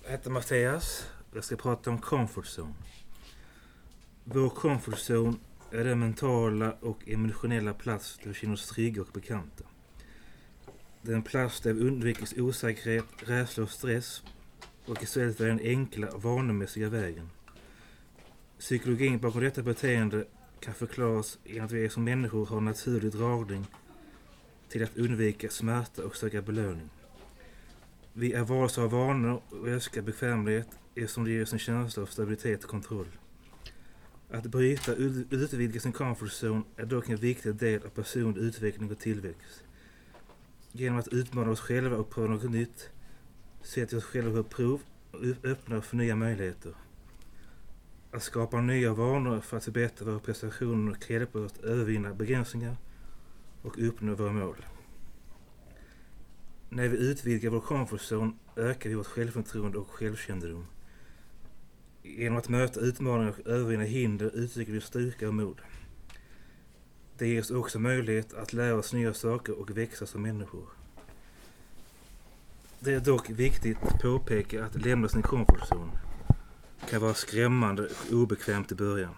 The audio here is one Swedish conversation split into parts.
Jag heter Mattias. Jag ska prata om comfort zone. Vår comfort zone är den mentala och emotionella plats där vi känner oss trygga och bekanta. Det är en plats där vi undviker osäkerhet, rädsla och stress och istället väljer den enkla och vanemässiga vägen. Psykologin bakom detta beteende kan förklaras genom att vi som människor har en naturlig dragning till att undvika smärta och söka belöning. Vi är varelser av vanor och älskar bekvämlighet eftersom det ger oss en känsla av stabilitet och kontroll. Att bryta och utvidga sin comfort zone är dock en viktig del av personlig utveckling och tillväxt. Genom att utmana oss själva och pröva något nytt sätter vi oss själva på prov och öppnar för nya möjligheter. Att skapa nya vanor för att förbättra våra prestationer och hjälpa oss att övervinna begränsningar och uppnå våra mål. När vi utvidgar vår comfort zone ökar vi vårt självförtroende och självkännedom. Genom att möta utmaningar och övervinna hinder utvecklar vi styrka och mod. Det ger oss också möjlighet att lära oss nya saker och växa som människor. Det är dock viktigt att påpeka att lämna sin comfort zone kan vara skrämmande och obekvämt i början.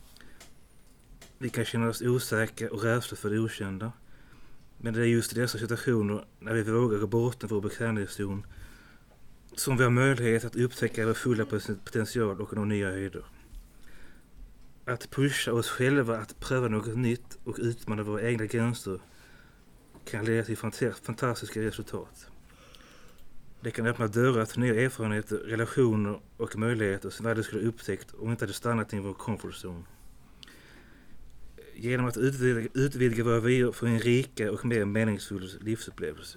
Vi kan känna oss osäkra och rädsla för det okända. Men det är just i dessa situationer när vi vågar gå bortom vår bekvämlighetszon som vi har möjlighet att upptäcka vår fulla potential och nå nya höjder. Att pusha oss själva att pröva något nytt och utmana våra egna gränser kan leda till fantastiska resultat. Det kan öppna dörrar till nya erfarenheter, relationer och möjligheter som vi aldrig skulle upptäckt om vi inte hade stannat i vår comfort zone. Genom att utvidga våra vyer för en rikare och mer meningsfull livsupplevelse.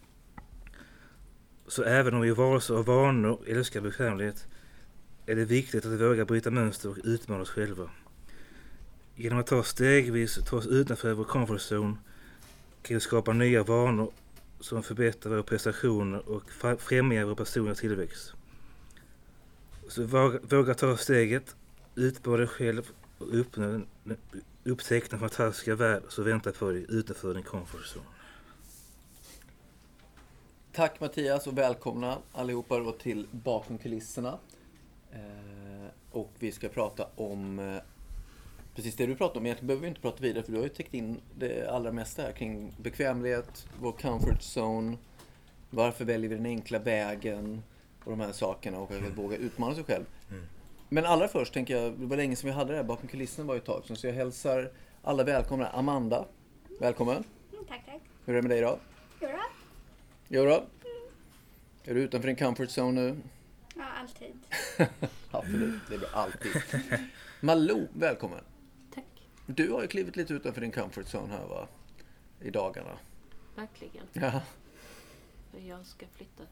Så även om vi varelser av vanor och älskar bekvämlighet är det viktigt att vi vågar bryta mönster och utmana oss själva. Genom att ta oss utanför vår comfort zone kan vi skapa nya vanor som förbättrar våra prestationer och främjar vår personliga tillväxt. Så våga ta steget, utmana dig själv och upptäcka den fantastiska värld som väntar på dig utanför din comfort zone. Tack Mattias och välkomna allihopa då till Bakom kulisserna. Och vi ska prata om precis det du pratar om. Egentligen behöver vi inte prata vidare för du har ju täckt in det allra mesta här kring bekvämlighet, vår comfort zone, varför väljer vi den enkla vägen och de här sakerna och att våga utmana sig själv. Men allra först tänker jag, det var länge sedan vi hade det här Bakom kulisserna var ju ett tag sedan, så jag hälsar alla välkomna. Amanda, välkommen. Tack. Hur är det med dig då? Jo. Är du utanför din comfort zone nu? Ja, alltid. Absolut, det är bra, alltid. Malou, välkommen. Tack. Du har ju klivit lite utanför din comfort zone här va? I dagarna. Verkligen. Ja. Jag ska flytta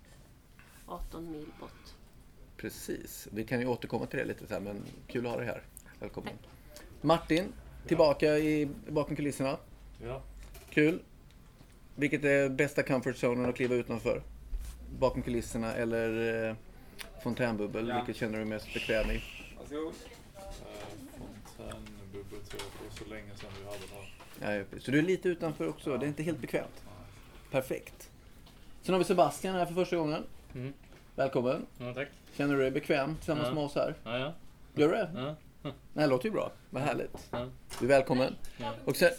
18 mil bort. Precis. Vi kan ju återkomma till det lite så här, men kul att ha dig här. Välkommen. Tack. Martin, tillbaka bakom kulisserna. Ja. Kul. Vilket är bästa comfort zonen att kliva utanför? Bakom kulisserna eller fontänbubbel? Ja. Vilket känner du mest bekväm i? Varsågod. Fontänbubbel tror jag på så länge sedan vi hade det här. Ja, så du är lite utanför också. Ja. Det är inte helt bekvämt. Perfekt. Sen har vi Sebastian här för första gången. Välkommen. Ja, tack. Känner du dig bekväm tillsammans med oss här? Ja. Gör du det? Ja. Nej, det låter ju bra. Vad härligt. Ja. Du är välkommen. Ja.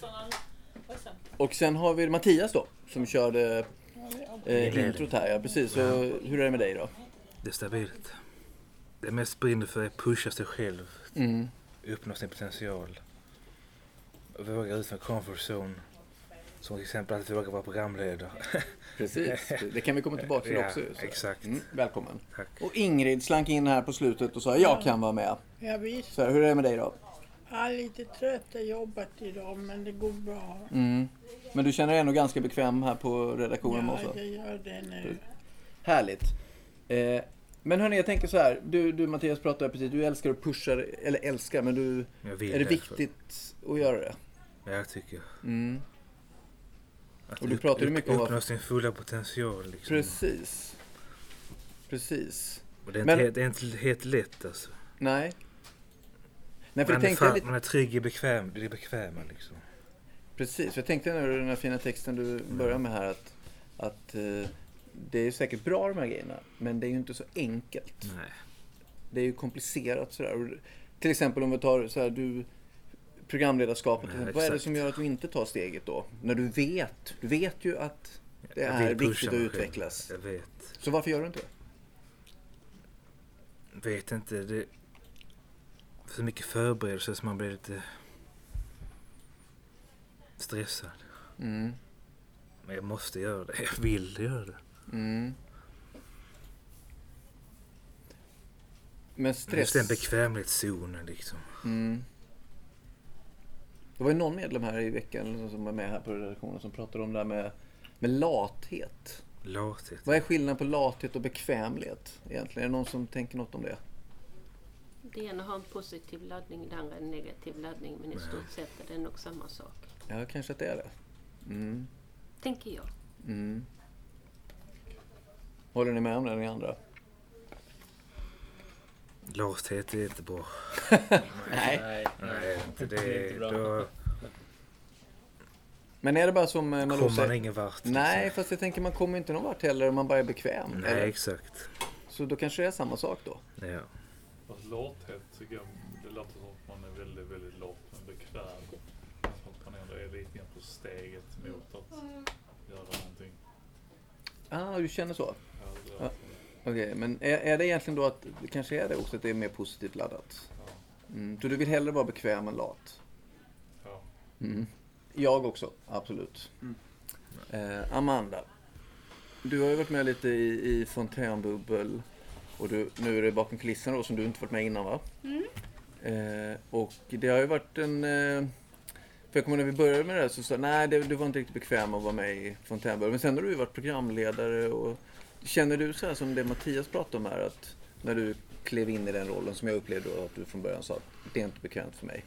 Och sen har vi Mattias då, som körde introt här. Ja, precis. Så hur är det med dig då? Det är stabilt. Det mest brinner för är att pusha sig själv. Uppnå sin potential. Och våga ut från comfort zone. Som till exempel att våga vara programledare. Precis, det kan vi komma tillbaka till också. Så. Exakt. Välkommen. Tack. Och Ingrid slank in här på slutet och sa jag kan vara med. Ja, visst. Så hur är det med dig då? Jag är lite trött i jobbet idag, men det går bra. Men du känner dig ändå ganska bekväm här på redaktionen Ja, också? det gör det nu. Härligt. Men hörni, jag tänker så här. Du Mattias pratade precis, du älskar att pusha, eller älskar, men är det viktigt att göra det? Ja, jag tycker. Att Och du pratar ju mycket om uppnå sin fulla potential. Liksom. Precis. Och det är inte helt lätt alltså. Nej, för man är trygg i det bekväma liksom. Precis, jag tänkte när den här fina texten du börjar med här att det är säkert bra de här grejerna, men det är ju inte så enkelt. Nej. Det är ju komplicerat sådär. Till exempel om vi tar så här, programledarskapet. Nej, vad är det som gör att du inte tar steget då? När du vet ju att det är viktigt att utvecklas. Jag vet. Så varför gör du inte det? Vet inte. Det är för mycket förberedelser så man blir lite stressad. Mm. Men jag måste göra det. Jag vill göra det. Mm. Men stress... Just den bekvämlighetszonen liksom. Mm. Det var ju någon medlem här i veckan som var med här på redaktionen som pratade om det här med lathet. Lathet. Vad är skillnaden på lathet och bekvämlighet egentligen? Är det någon som tänker något om det? Det ena har en positiv laddning, det andra en negativ laddning. Men i stort sett är det nog samma sak. Ja, kanske att det är det. Mm. Tänker jag. Mm. Håller ni med om det, ni andra? Lathet är inte bra. Nej. Nej, inte det. Då Men är det bara som man kommer man ingen vart. Nej, liksom. fast jag tänker man kommer inte någon vart heller om man bara är bekväm. Nej, eller? exakt. Så då kanske det är samma sak då. Ja. Fast lathet tycker jag, det låter som att man är väldigt, väldigt lat men bekväm. Som att man ändå är lite grann på steget mot att göra någonting. Du känner så? Ja, det Ja. är Okej, men är det egentligen då att det kanske är det också att det är mer positivt laddat? ja. Så du vill hellre vara bekväm än lat? Ja. Jag också, absolut. Amanda, du har ju varit med lite i Fontänbubbel och nu är det bakom kulisserna då som du inte varit med innan, va? Och det har ju varit en... För jag kommer när vi började med det här så sa nej, du var inte riktigt bekväm att vara med i Fontänbubbel. Men sen har du ju varit programledare och känner du så här som det Mattias pratade om här att när du klev in i den rollen som jag upplevde då, att du från början sa att det är inte bekvämt för mig.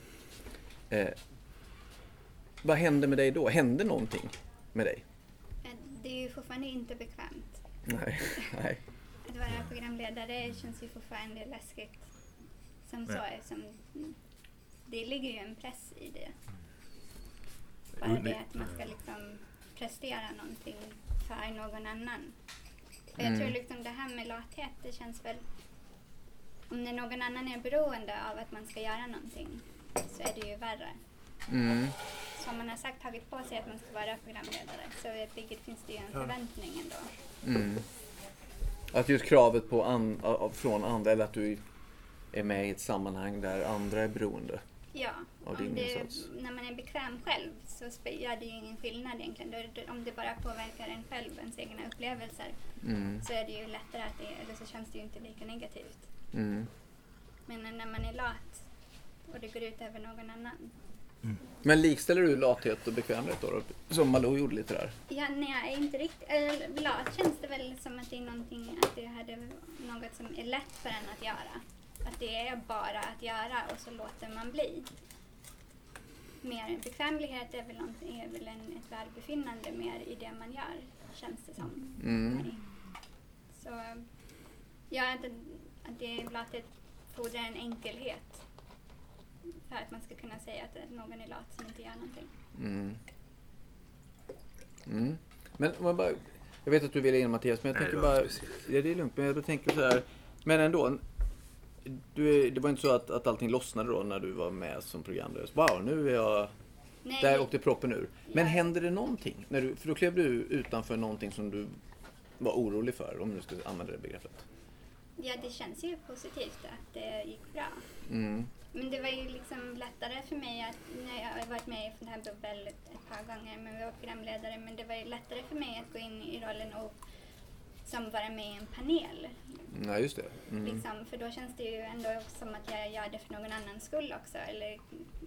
Vad hände med dig då? Hände någonting med dig? Det är ju fortfarande inte bekvämt. Nej. Att vara programledare känns ju fortfarande läskigt. Som så är som det ligger ju en press i det. Bara det att man ska liksom prestera någonting för någon annan. Och jag tror liksom det här med lathet, det känns väl om när någon annan är beroende av att man ska göra någonting så är det ju värre. Som man har sagt tagit på sig att man ska vara programledare så finns det ju en förväntning ändå. Att just kravet på från andra eller att du är med i ett sammanhang där andra är beroende. Ja, av din insats. När man är bekväm själv så gör det ju ingen skillnad egentligen. Om det bara påverkar en själv, ens egna upplevelser, så är det ju lättare eller så känns det ju inte lika negativt. Men när man är lat och det går ut över någon annan. Men likställer du lathet och bekvämlighet då? Som Malou gjorde lite där. Ja, nej, inte riktigt. Lat känns det väl som att det är någonting, att det hade något som är lätt för en att göra. Att det är bara att göra och så låter man bli. Mer bekvämlighet är väl ett välbefinnande mer i det man gör, känns det som. Så ja, att det lathet fordrar en enkelhet. För att man ska kunna säga att någon är lat som inte gör någonting. Men jag vet att du vill in Mattias, men jag tänker bara... Ja, det är lugnt, men jag tänker så här... Men ändå, det var inte så att allting lossnade då när du var med som programledare. Wow, nu är jag... Nej, där åkte proppen ur. Men hände det någonting? För då klev du utanför någonting som du var orolig för, om du ska använda det begreppet. Ja, det känns ju positivt att det gick bra. Men det var ju liksom lättare för mig att, när jag har varit med i den här bubbel ett par gånger, men vi var programledare, men det var ju lättare för mig att gå in i rollen och som vara med i en panel. Ja, just det. Liksom, för då känns det ju ändå som att jag gör det för någon annans skull också, eller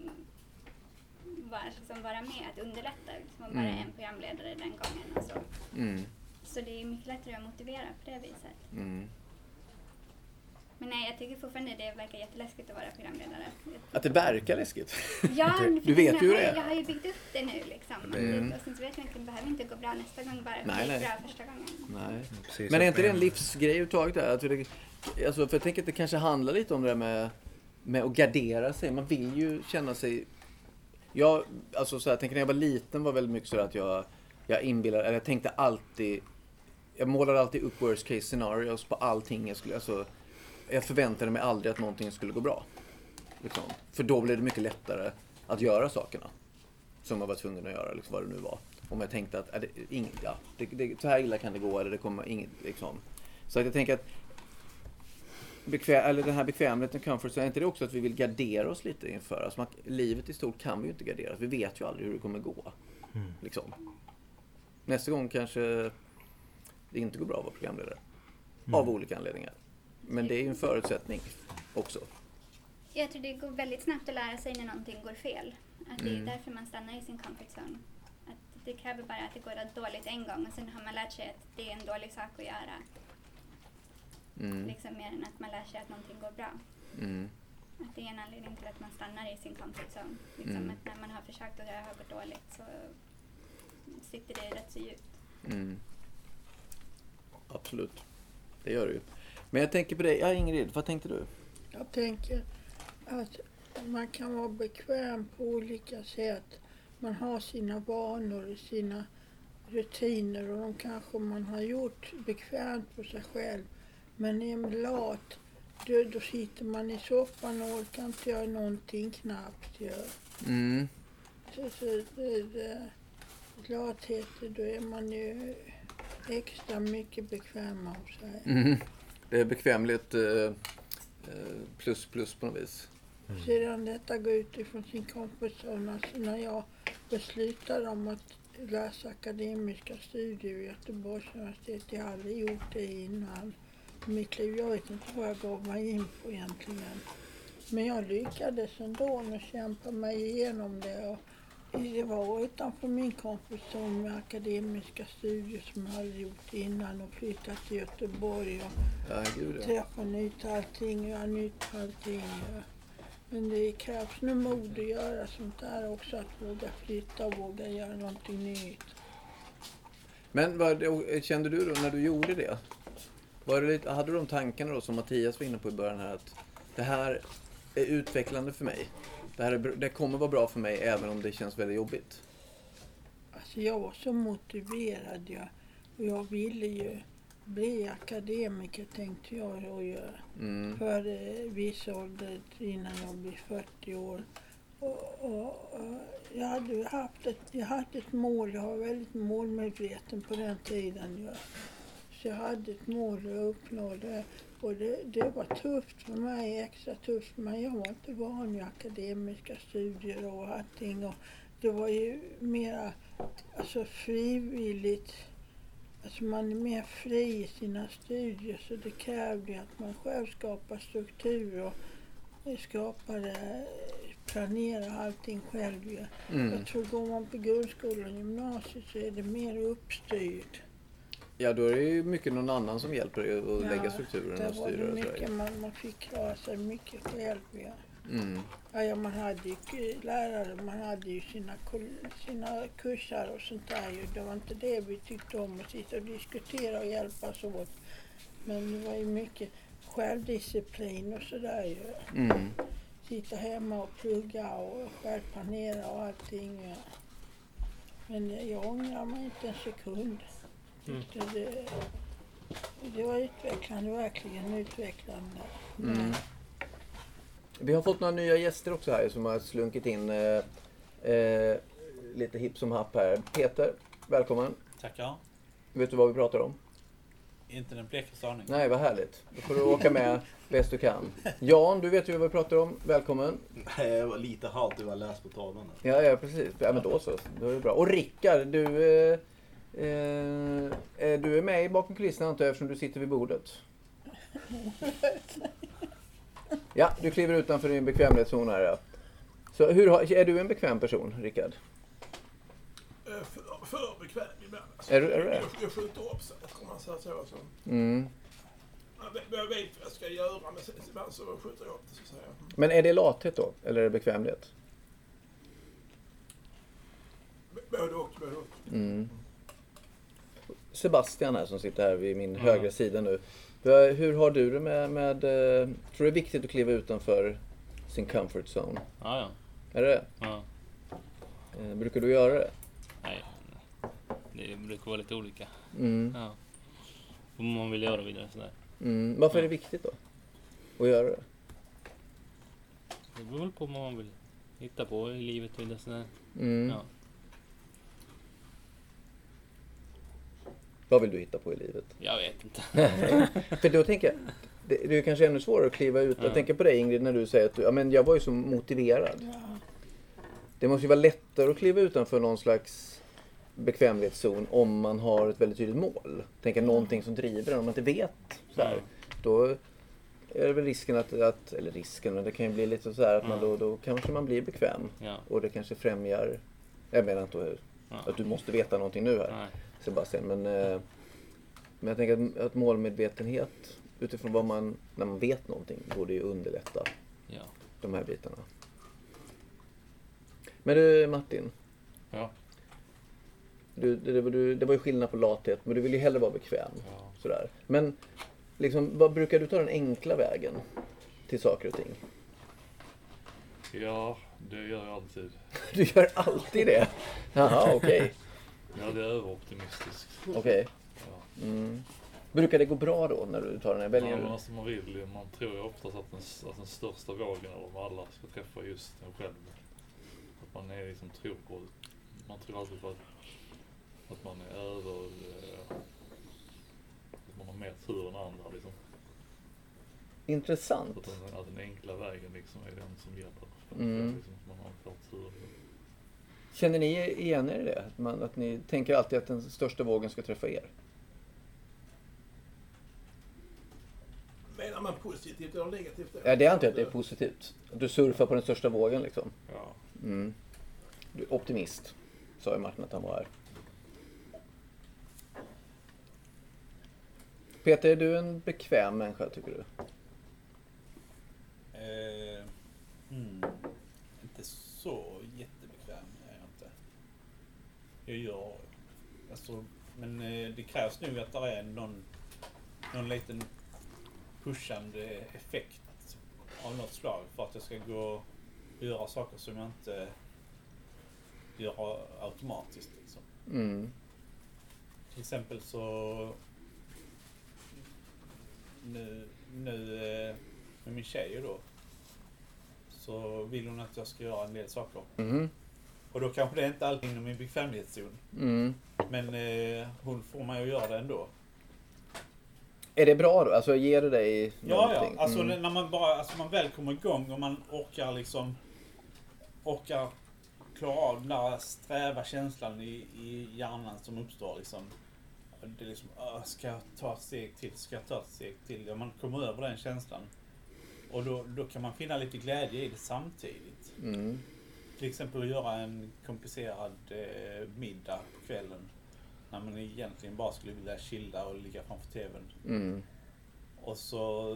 vara med att underlätta, liksom, att vara en programledare den gången och så. Så det är mycket lättare att motivera på det viset. Men nej, jag tycker fortfarande det verkar jätteläskigt att vara programledare. Att det verkar läskigt? Ja, du vet ju hur det är. Jag har ju byggt upp det nu liksom. Och sen så vet jag inte, det behöver inte gå bra nästa gång bara för det gick bra första gången. Nej. Men är inte det en livsgrej överhuvudtaget där? Alltså, för jag tänker att det kanske handlar lite om det där med att gardera sig. Man vill ju känna sig... Jag tänker när jag var liten var väldigt mycket så att jag tänkte alltid... jag målade alltid upp worst case scenarios på allting. Jag förväntade mig aldrig att någonting skulle gå bra. Liksom. För då blev det mycket lättare att göra sakerna som jag var tvungen att göra, liksom, vad det nu var. Om jag tänkte att så här illa kan det gå, eller det kommer inget, liksom. Så att jag tänker att den här bekvämligheten, comfort, så är inte det också att vi vill gardera oss lite inför. Alltså livet i stort kan vi ju inte gardera. Vi vet ju aldrig hur det kommer gå. Liksom. Nästa gång kanske det inte går bra att vara programledare. Av olika anledningar. Men det är ju en förutsättning också. Jag tror det går väldigt snabbt att lära sig när någonting går fel. Att det är därför man stannar i sin comfort zone. Att det kräver bara att det går dåligt en gång och sen har man lärt sig att det är en dålig sak att göra. Liksom mer än att man lär sig att någonting går bra. Att det är en anledning till att man stannar i sin comfort zone. Liksom att när man har försökt och det har gått dåligt så sitter det rätt så djupt. Absolut. Det gör det ju. Men jag tänker på dig. Ja, Ingrid, vad tänkte du? Jag tänker att man kan vara bekväm på olika sätt. Man har sina vanor, sina rutiner och de kanske man har gjort bekvämt på sig själv. Men är man lat, då sitter man i soffan och orkar inte göra någonting knappt. Lathet, då är man ju extra mycket bekväm av sig. Det är bekvämligt plus på något vis. Sedan detta går ut ifrån sin komfortzon, alltså när jag beslutade om att läsa akademiska studier vid Göteborgs universitet, jag hade gjort det innan mitt liv. Jag vet inte vad jag gav mig in på egentligen. Men jag lyckades ändå att kämpa mig igenom det. Och det var utanför min komfortzon med akademiska studier som jag hade gjort innan och flyttat till Göteborg och träffa nytt allting och göra nytt allting. Men det krävs nu mod att göra sånt där också, att våga flytta och våga göra någonting nytt. Men kände du då när du gjorde det? Hade du de tankarna då som Mattias var inne på i början här, att det här är utvecklande för mig? Det kommer vara bra för mig även om det känns väldigt jobbigt? Alltså jag var så motiverad och jag ville ju bli akademiker, tänkte jag då göra. För viss ålder innan jag blev 40 år. Och jag hade haft ett mål, jag var väldigt målmedveten på den tiden. Så jag hade ett mål att uppnå det. Och det var tufft för mig, extra tufft för mig. Jag var inte van vid akademiska studier och allting. Och det var ju mera frivilligt. Alltså man är mer fri i sina studier, så det krävde att man själv skapar struktur och planerar allting själv. Jag tror går man på grundskolan och gymnasiet så är det mer uppstyrt. Ja, då är det ju mycket någon annan som hjälper dig att lägga strukturen och styra. Det var mycket, man fick klara sig mycket själv. Ja, man hade ju lärare, man hade ju sina kurser och sånt där. Det var inte det vi tyckte om, att sitta och diskutera och hjälpas åt. Men det var ju mycket självdisciplin och sådär. Sitta hemma och plugga och självplanera och allting. Ja. Men jag ångrar mig inte en sekund. Det var utvecklande, verkligen utvecklande. Vi har fått några nya gäster också här som har slunkit in lite hipp som happ här. Peter, välkommen. Tackar. Vet du vad vi pratar om? Inte den blekaste aning. Nej, vad härligt. Då får du åka med bäst du kan. Jan, du vet ju vad vi pratar om. Välkommen. Jag var lite halt, du var läst på tavlan. Ja, precis. Ja, men då så. Då är det bra. Och Rickard, du är med bakom kulisserna antar jag, eftersom du sitter vid bordet. Ja, du kliver utanför din bekvämlighetszon här. Ja. Så är du en bekväm person, Rickard? För bekväm ibland. Alltså, Är du det? Jag skjuter upp sig, om man säger så. Alltså. Jag vet vad jag ska göra, men ibland så skjuter jag upp det, så att säga. Men är det lathet då? Eller är det bekvämlighet? Både och. Sebastian här som sitter här vid min högra sida nu. Hur har du det med tror du det är viktigt att kliva utanför sin comfort zone? Ja. Är det? Ja. Brukar du göra det? Nej, det brukar vara lite olika. Ja. vad man vill göra vidare. Sådär. Varför är det viktigt då? Att göra det? Det beror väl på vad man vill hitta på i livet. Vidare, sådär. Ja. Vad vill du hitta på i livet? Jag vet inte. För då tänker jag, det är kanske ännu svårare att kliva ut. Jag tänker på dig Ingrid när du säger att jag var ju så motiverad. Ja. Det måste ju vara lättare att kliva utanför någon slags bekvämlighetszon om man har ett väldigt tydligt mål. Tänker någonting som driver en, om man inte vet sådär. Då är det väl risken eller risken, men det kan ju bli lite så här att man då kanske man blir bekväm. Ja. Och det kanske främjar, jag menar inte att du måste veta någonting nu här. Nej. Sebastian, men jag tänker att målmedvetenhet utifrån vad när man vet någonting borde ju underlätta de här bitarna. Men du Martin. Ja. Det var ju skillnad på lathet, men du vill ju hellre vara bekväm. Ja. Sådär. Men liksom, vad brukar du ta den enkla vägen till saker och ting? Ja, det gör jag alltid. Du gör alltid det? Jaha, okej. Ja, det är överoptimistiskt. Okej. Ja. Brukar det gå bra då när du tar den här väljningen? Ja, men alltså man tror ju oftast att den största vågen av alla ska träffa just en själv. Att man är liksom man tror alltid på att man är att man har mer tur än andra liksom. Intressant. Att den enkla vägen liksom är den som gäller. Liksom, man har fått tur. Känner ni igen er i det? Att ni tänker alltid att den största vågen ska träffa er? Menar man positivt eller negativt? Ja, det antar jag att det är positivt. Att du surfar på den största vågen liksom. Ja. Du är optimist, sa ju Martin att han var här. Peter, är du en bekväm människa tycker du? Inte så jättebekväm är jag inte. Jag gör alltså, men det krävs nog att det är någon liten pushande effekt av något slag för att jag ska gå och göra saker som jag inte gör automatiskt liksom. Till exempel så nu med min tjej då så vill hon att jag ska göra en del saker. Och då kanske det är inte alltid inom min bekvämlighetszon. Men hon får mig att göra det ändå. Är det bra då? Alltså ger det dig någonting? Ja. Alltså när man väl kommer igång och man orkar klara av den där sträva känslan i hjärnan som uppstår liksom. Det är liksom, ska jag ta ett steg till? Ja, man kommer över den känslan. Och då kan man finna lite glädje i det samtidigt. Till exempel att göra en komplicerad middag på kvällen. När man egentligen bara skulle vilja chilla och ligga framför tvn. Och så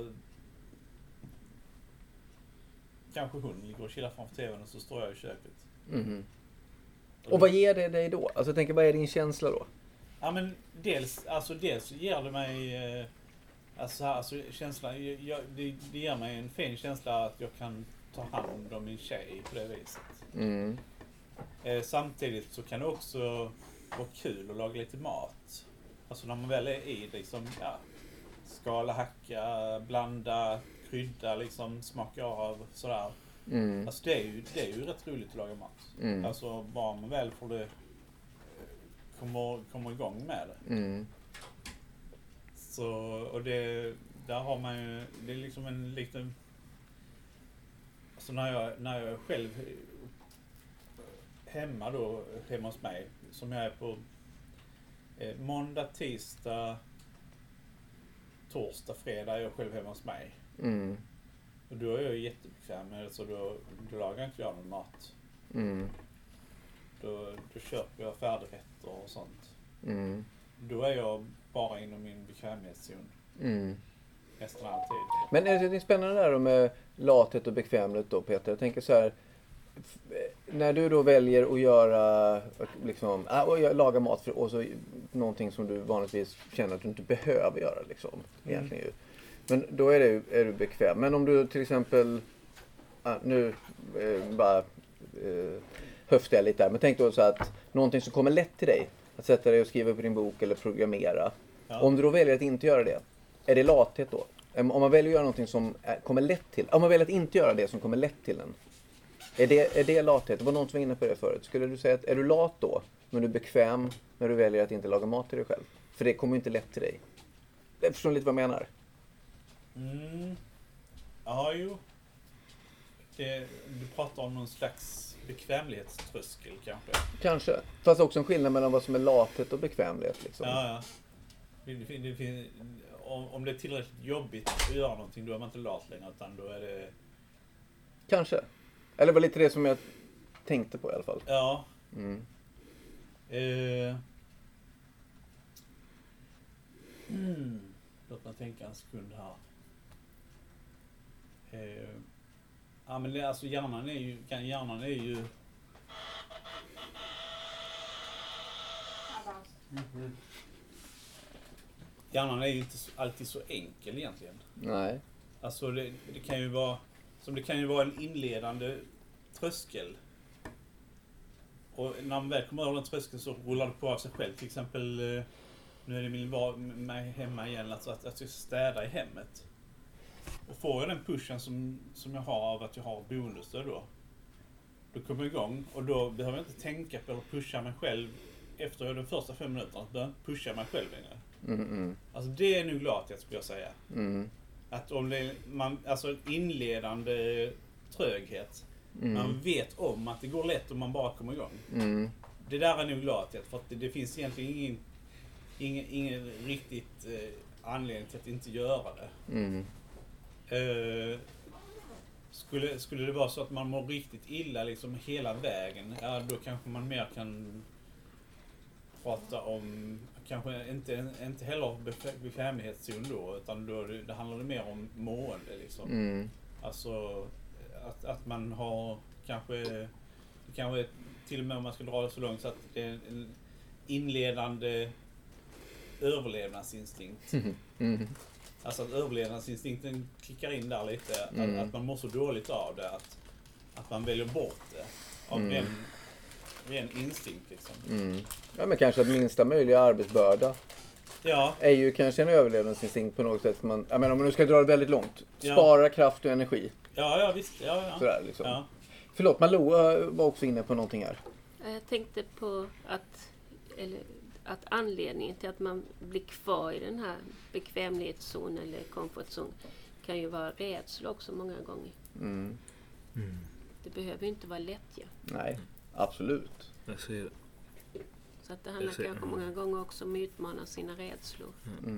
kanske hon ligger och chillar framför tvn och så står jag i köket. Och vad ger det dig då? Alltså jag tänker, vad är din känsla då? Ja men dels ger det mig känslan, det ger mig en fin känsla att jag kan ta hand om min tjej på det viset. Samtidigt så kan det också vara kul att laga lite mat. Alltså när man väl är i liksom, skala, hacka, blanda, krydda, liksom smaka av sådär. Alltså det är ju rätt roligt att laga mat. Alltså bara man väl får det kommer igång med det. Så, och där har man ju, det är liksom en liten, alltså när jag är själv hemma hos mig, som jag är på måndag, tisdag, torsdag, fredag är jag själv hemma hos mig. Och då är jag jättebekväm med det, så då lagar inte jag någon mat. Då köper jag färdigrätter och sånt. Då är jag bara inom min bekvämlighetszon. Nästan alltid. Men det är spännande där med lathet och bekvämlighet då, Peter. Jag tänker så här, när du då väljer att göra liksom, laga mat och så någonting som du vanligtvis känner att du inte behöver göra liksom, egentligen ju. Men då är du bekväm. Men om du till exempel höftar jag lite där, men tänk då så att någonting som kommer lätt till dig, att sätta dig och skriva på din bok eller programmera, Ja. Om du då väljer att inte göra det, är det lathet då? Om man väljer att göra någonting som kommer lätt till, om man väljer att inte göra det som kommer lätt till en, är det lathet? Det var någon som var inne på det förut. Skulle du säga att är du lat då, men du är bekväm när du väljer att inte laga mat till dig själv? För det kommer ju inte lätt till dig. Förstår ni lite vad jag menar? Ja, jo. Du pratar om någon slags bekvämlighetströskel kanske. Kanske. Fast också en skillnad mellan vad som är lathet och bekvämlighet. Liksom. Ja. Om det är tillräckligt jobbigt att göra någonting, då är man inte lat längre, utan då är det... Kanske. Eller var lite det som jag tänkte på i alla fall. Ja. Låt mig tänka en sekund här. Ja, men det, alltså hjärnan är ju hjärnan är ju inte alltid så enkel egentligen. Nej. Alltså det kan ju vara, som det kan ju vara en inledande tröskel. Och när man väl kommer över den tröskeln så rullar det på av sig själv. Till exempel, nu är det min vara med hemma igen, alltså att jag städa i hemmet. Och får jag den pushen som jag har av att jag har boendestöd då kommer jag igång, och då behöver jag inte tänka på att pusha mig själv efter de första 5 minuterna. Att behöva pusha mig själv längre. Alltså det är nog lathet, skulle jag säga. Att om det alltså inledande tröghet, man vet om att det går lätt om man bara kommer igång. Det där är nog lathet, för att det finns egentligen ingen riktigt anledning till att inte göra det. Skulle det vara så att man mår riktigt illa liksom hela vägen, ja, då kanske man mer kan prata om, kanske inte heller bekvämlighetszon då, utan då det handlar det mer om mående liksom. Alltså att man har kanske till och med, om man ska dra det så långt, så att det är en inledande överlevnadsinstinkt. Alltså att överlevnadsinstinkten klickar in där lite, att man mår så dåligt av det att man väljer bort det av ren instinkt liksom. Ja, men kanske att minsta möjliga arbetsbörda är ju kanske en överlevnadsinstinkt på något sätt. Jag menar, om man nu ska dra det väldigt långt, spara kraft och energi. Ja, visst. Ja. Sådär liksom. Ja. Förlåt, Malou var också inne på någonting här. Jag tänkte på att anledningen till att man blir kvar i den här bekvämlighetszon eller komfortzon kan ju vara rädsla också många gånger. Det behöver ju inte vara lätt. Ja. Nej, absolut. Så att det handlar kanske många gånger också om att utmana sina rädslor.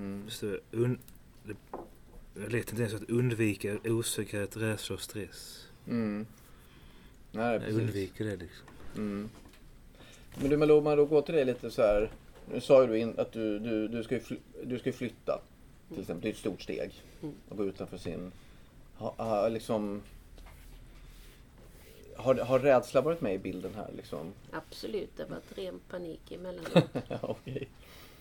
Det är lätt tendens att undvika osäkerhet, rädsla och stress. Nej, jag undviker det liksom. Men du Malou, man då går till det lite så här. Nu sa ju du att du ska flytta till exempel. Det är ett stort steg att gå utanför sin... Har rädsla varit med i bilden här liksom? Absolut, det har varit ren panik emellan. Okej.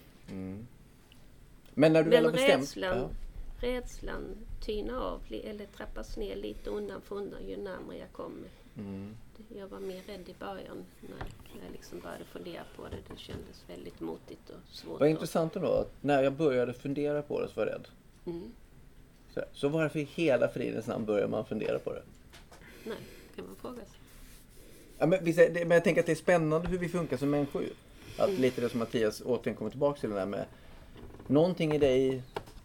Men när du väl har bestämt... Rädslan tynar av eller trappas ner lite undan för undan ju närmare jag kommer. Jag var mer rädd i början när jag liksom började fundera på det. Det kändes väldigt motigt och svårt. Vad intressant ändå att när jag började fundera på det så var jag rädd. Så varför i hela fridens namn börjar man fundera på det? Nej, kan man fråga sig. Ja, men jag tänker att det är spännande hur vi funkar som människor. Att lite det som Mattias återigen kommer tillbaka till det där med någonting i dig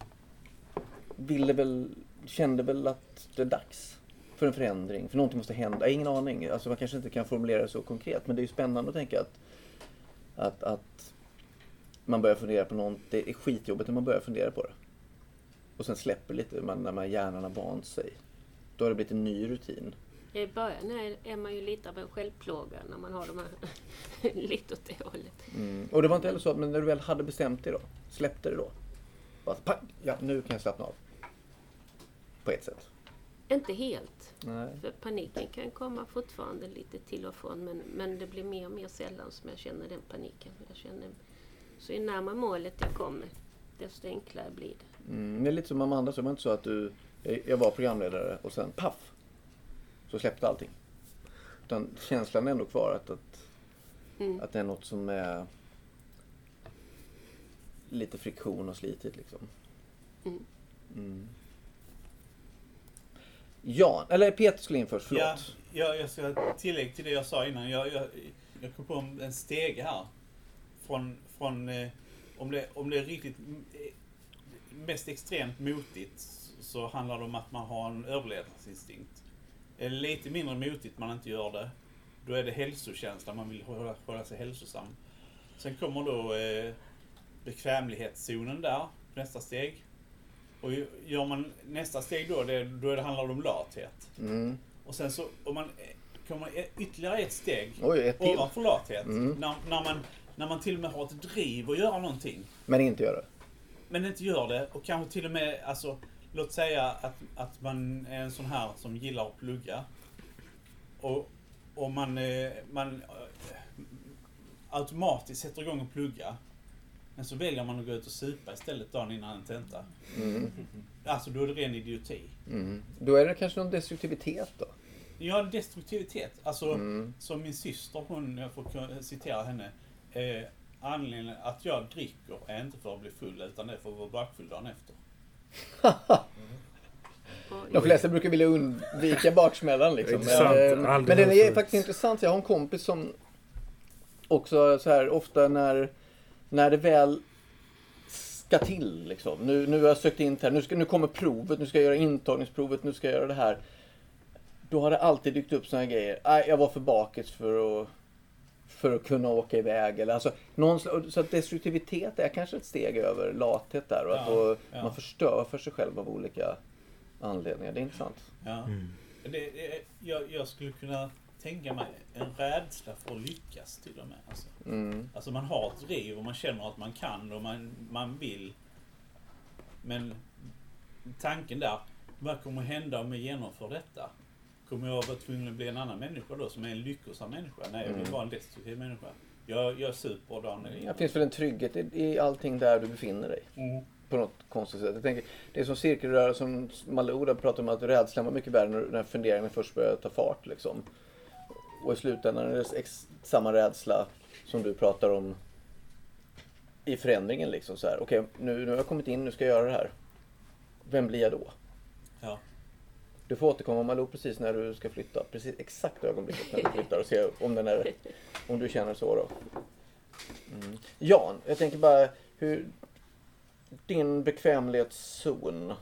kände väl att det är dags för en förändring, för någonting måste hända. Ingen aning, alltså man kanske inte kan formulera det så konkret, men det är ju spännande att tänka att man börjar fundera på något. Det är skitjobbigt när man börjar fundera på det. Och sen släpper lite när hjärnan har vant sig. Då har det blivit en ny rutin. I början är man ju lite av en självplåga när man har de här lite åt det hållet. Och det var inte heller så att när du väl hade bestämt dig då, släppte det då? Bara, ja, nu kan jag slappna av. På ett sätt. Inte helt. Nej. För paniken kan komma fortfarande lite till och från. Men det blir mer och mer sällan som jag känner den paniken. Så ju närmare målet jag kommer, desto enklare blir det. Det är lite som Amanda, så det var inte så att jag var programledare och sen paff, så släppte allting. Utan känslan är ändå kvar att det är något som är... lite friktion och slitigt liksom. Ja, eller Peter skulle in först, förlåt. Ja, jag ska tillägga till det jag sa innan. Jag kom på en stege här. Från om det är riktigt mest extremt motigt så handlar det om att man har en överlevnadsinstinkt. Är det lite mindre motigt man inte gör det, då är det hälsokänsla, man vill hålla sig hälsosam. Sen kommer då bekvämlighetszonen där, nästa steg. Och gör man nästa steg då det handlar om lathet. Och sen så om man kommer ytterligare ett steg ovanför lathet. När man till och med har ett driv att göra någonting. Men inte gör det. Och kanske till och med, alltså, låt säga att man är en sån här som gillar att plugga. Och man automatiskt sätter igång och plugga. Men så väljer man att gå ut och supa istället dagen innan en tenta. Alltså då är det ren idioti. Då är det kanske någon destruktivitet då? Ja, destruktivitet. Alltså, som min syster, jag får citera henne. Anledningen att jag dricker är inte för att bli full, utan det är för att vara bakfull dagen efter. De flesta brukar vilja undvika baksmällan liksom. Men den är faktiskt intressant. Jag har en kompis som också så här ofta när det väl ska till liksom. Nu har jag sökt in här. Nu kommer provet, nu ska jag göra intagningsprovet, nu ska jag göra det här. Då har det alltid dykt upp såna här grejer. Jag var för bakis för att kunna åka iväg eller alltså så att destruktivitet är kanske ett steg över lathet där och att man förstör för sig själv av olika anledningar. Det är intressant. Ja. Jag skulle kunna tänka mig en rädsla för att lyckas till och med. Alltså man har ett driv och man känner att man kan och man vill. Men tanken där, vad kommer hända om jag genomför detta? Kommer jag vara tvungen att bli en annan människa då som är en lyckosam människa? Nej, jag vill vara en destruktiv människa. Jag super dagen. Det finns väl en trygghet i allting där du befinner dig. På något konstigt sätt. Jag tänker, det är som cirkelrörelse som Malou pratar om att rädslan var mycket värre när funderingen först började ta fart liksom. Och i slutändan är det samma rädsla som du pratar om i förändringen liksom så här. Okej, nu har jag kommit in, nu ska jag göra det här. Vem blir jag då? Ja. Du får återkomma Malou precis när du ska flytta. Precis exakt ögonblicket när du flyttar och se om du känner så då. Jan, jag tänker bara hur din bekvämlighetszon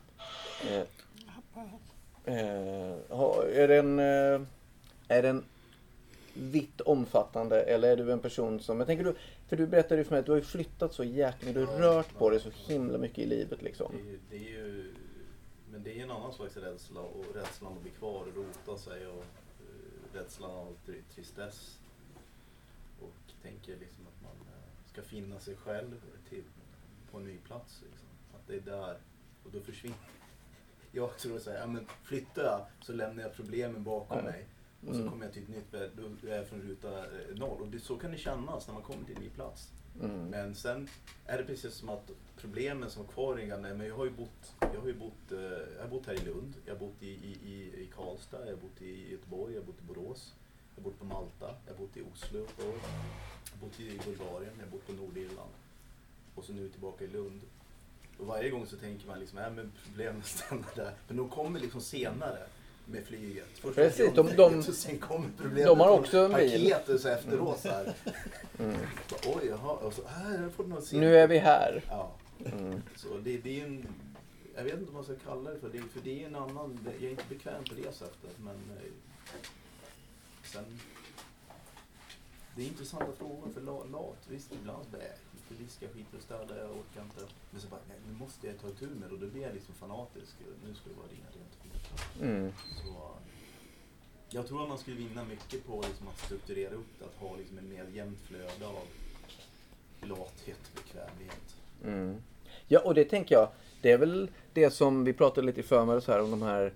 är den vitt omfattande eller är du en person som, jag tänker för du berättade ju för mig att du har ju flyttat så jäkligt, du har rört på dig så himla mycket i livet liksom. Det är ju, men det är ju en annan slags rädsla och rädslan att bli kvar och rota sig och rädslan av tristess och tänker liksom att man ska finna sig själv på en ny plats liksom. Att det är där och då försvinner. Jag tror att säga, men flyttar jag så lämnar jag problemen bakom mig. Och så kommer jag till ett nytt bädd, då är jag från ruta 0. Och så kan det kännas när man kommer till en ny plats. Men sen är det precis som att problemen som är kvar i men jag har bott här i Lund, jag har bott i Karlstad, jag har bott i Göteborg, jag har bott i Borås, jag har bott på Malta, jag har bott i Oslo, jag har bott i Bulgarien, jag har bott på Nordirland. Och så nu tillbaka i Lund. Och varje gång så tänker man liksom, men problemen stannar där. Men de kommer liksom senare. Med flyget. Först precis, sen kommer problemet. De har också en bil. Paketet så efteråt så här. Oj, jaha. Och så, jag får något nu är vi här. Ja. Så det är en, jag vet inte vad man ska kalla det för det är en annan, jag är inte bekväm på det sättet, men sen det är intressanta frågor för lat. Visst, ibland för diska, skiter och städa, jag orkar inte. Men så bara, nej, nu måste jag ta itu med det och då blir jag liksom fanatisk. Nu ska det vara rent. Så jag tror att man skulle vinna mycket på liksom att strukturera upp det, att ha liksom en mer jämnt flöde av lathet, bekvämlighet. Ja, och det tänker jag, det är väl det som vi pratade lite i förmiddag så här om de här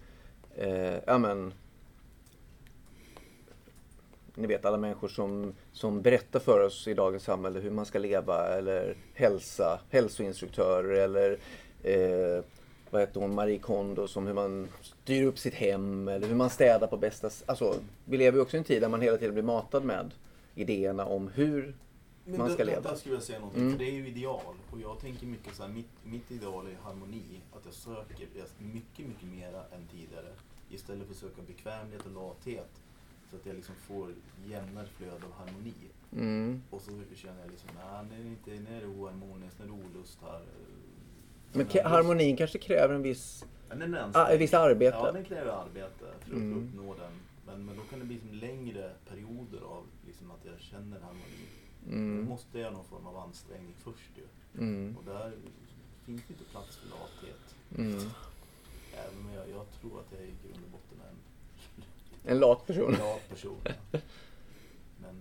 ni vet alla människor som berättar för oss i dagens samhälle hur man ska leva eller hälsoinstruktörer eller vad heter hon, Marie Kondo, som hur man styr upp sitt hem eller hur man städar på bästa. Alltså, vi lever ju också i en tid där man hela tiden blir matad med idéerna om hur man ska leva. Där skulle jag säga någonting, för det är ju ideal. Och jag tänker mycket så här, mitt ideal är harmoni. Att jag söker mycket, mycket mera än tidigare. Istället för att söka bekvämlighet och lathet. Så att jag liksom får jämnare flöde av harmoni. Och så känner jag liksom, nej, när det är oharmoniskt, när det är olust här. Men harmonin kanske kräver en viss arbete. Ja, den kräver arbete för att uppnå den. Men då kan det bli som längre perioder av liksom att jag känner harmoni. Då måste jag någon form av ansträngning först ju. Och där finns det inte plats för lathet. Även om jag tror att jag i grund och botten är en lat person. En lat person, ja. Men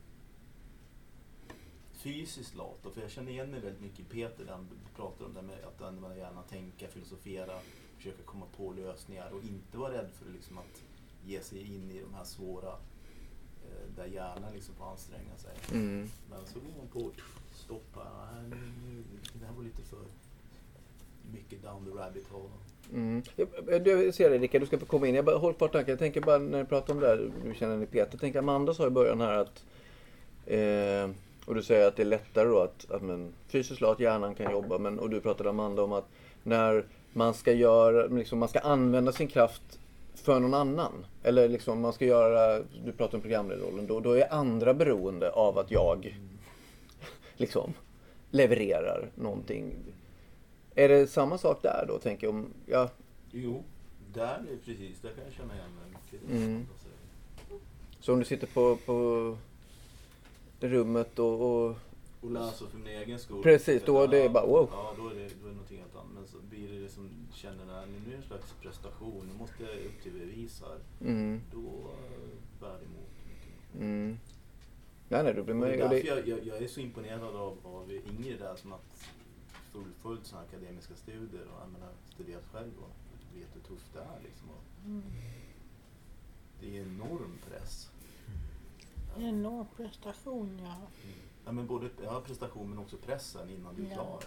fysiskt lat, för jag känner igen mig väldigt mycket i Peter där han pratar om det med att använda gärna tänka, filosofera, försöka komma på lösningar och inte vara rädd för liksom att ge sig in i de här svåra där hjärnan liksom får anstränga sig. Men så går man på stoppa, det här var lite för mycket down the rabbit hole. Du ser det, Rickard, du ska få komma in. Jag bara håll kvar tanken. Jag tänker bara när du pratar om det här, du känner dig Peter. Jag tänker Amanda sa i början här att och du säger att det är lättare då att men, fysiskt lat hjärnan kan jobba, och du pratade Amanda om att när man ska göra liksom, man ska använda sin kraft för någon annan, eller liksom man ska göra, du pratar om programledarrollen, då är andra beroende av att jag liksom levererar någonting. Är det samma sak där då, tänker jag? Om, ja. Jo, där är precis, där kan jag känna igen mig mycket. Så om du sitter på rummet och läser för min egen skull. Precis, då är det bara wow. Ja, då är det någonting helt annat. Men så blir det som känner att nu är det en slags prestation, nu måste jag upp till bevis här. Då bär det emot. Nej, då blir man ju... Det är därför jag är så imponerad av Ingrid där som har fullföljt sådana akademiska studier och jag menar, studerat själv och vet hur tufft det är liksom. Det är enorm press. En enorm prestation, ja. Ja, men både prestation men också pressen innan du är klar.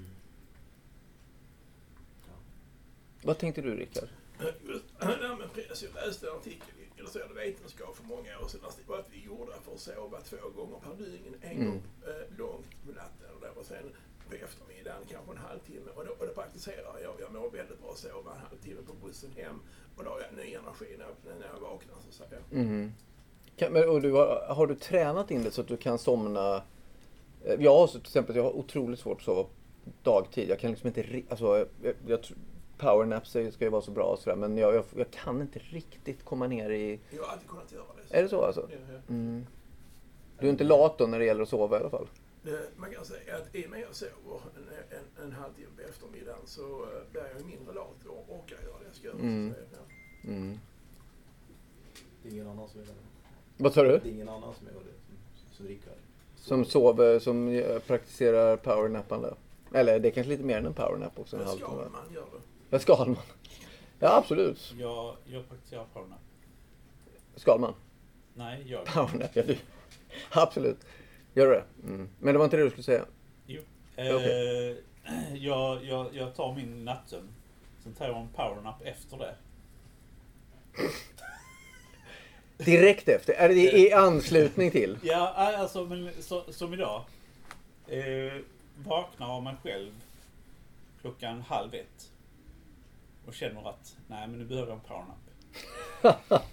Ja. Vad tänkte du, Rickard? Men press, jag läste en artikel i Illustrerad vetenskap för många år sedan. Det var att vi gjorde för att sova 2 gånger per dygn. En gång långt på natten och sen på eftermiddagen kanske en halvtimme. Och det praktiserar jag. Jag mår väldigt bra att sova en halvtimme på bussen hem. Och då har jag ny energi när jag vaknar, så att säga. Och har du tränat in det så att du kan somna? Jag har till exempel otroligt svårt att sova dagtid. Jag kan liksom inte, alltså, powernaps ska ju vara så bra och sådär, men jag kan inte riktigt komma ner i... Jag har alltid kunnat göra det. Är det så alltså? Ja. Du är inte lat då när det gäller att sova i alla fall? Man kan säga att i och med jag sover en halvtimme på eftermiddagen så blir jag mindre lat och orkar göra det jag ska göra. Det är ingen annan som är det. Vad sa du? Det är ingen annan som gör det som Rickard. Som sover, som praktiserar powernappande. Eller det är kanske lite mer än en powernap också. Men Skalman gör det. Ja, Skalman. Ja, absolut. Jag praktiserar powernap. Skalman? Nej, jag. Powernap, ja du. Absolut. Gör det. Men det var inte det du skulle säga? Jo. Okay. Jag tar min nattsömn. Sen tar jag en powernap efter det. Direkt efter? Är det i anslutning till? Ja, alltså men som idag. Vaknar av mig själv 12:30 och känner att nej, men nu behöver jag en powernap.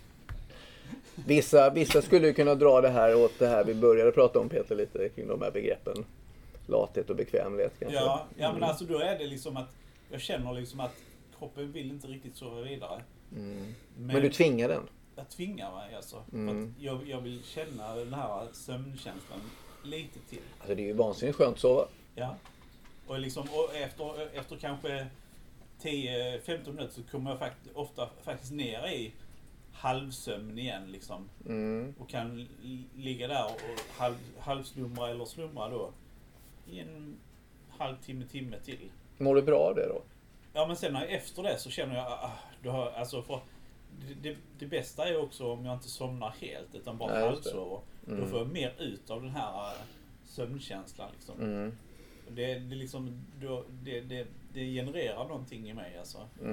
Vissa skulle ju kunna dra det här åt det här vi började prata om, Peter, lite kring de här begreppen. Lathet och bekvämlighet kanske. Ja, men alltså då är det liksom att jag känner liksom att kroppen vill inte riktigt sova vidare. Men du tvingar den? Jag tvingar mig alltså. För att jag vill känna den här sömnkänslan lite till. Alltså det är ju vansinnigt skönt att sova. Ja. Och liksom och efter kanske 10-15 minuter så kommer jag ofta ner i halvsömn igen liksom. Och kan ligga där och halvslumra eller slumra då i en halvtimme till. Mår du bra av det då? Ja, men sen efter det så känner jag alltså för det bästa är också om jag inte somnar helt utan bara halvsover. Då får jag mer ut av den här sömnkänslan liksom. Det liksom det genererar någonting i mig alltså.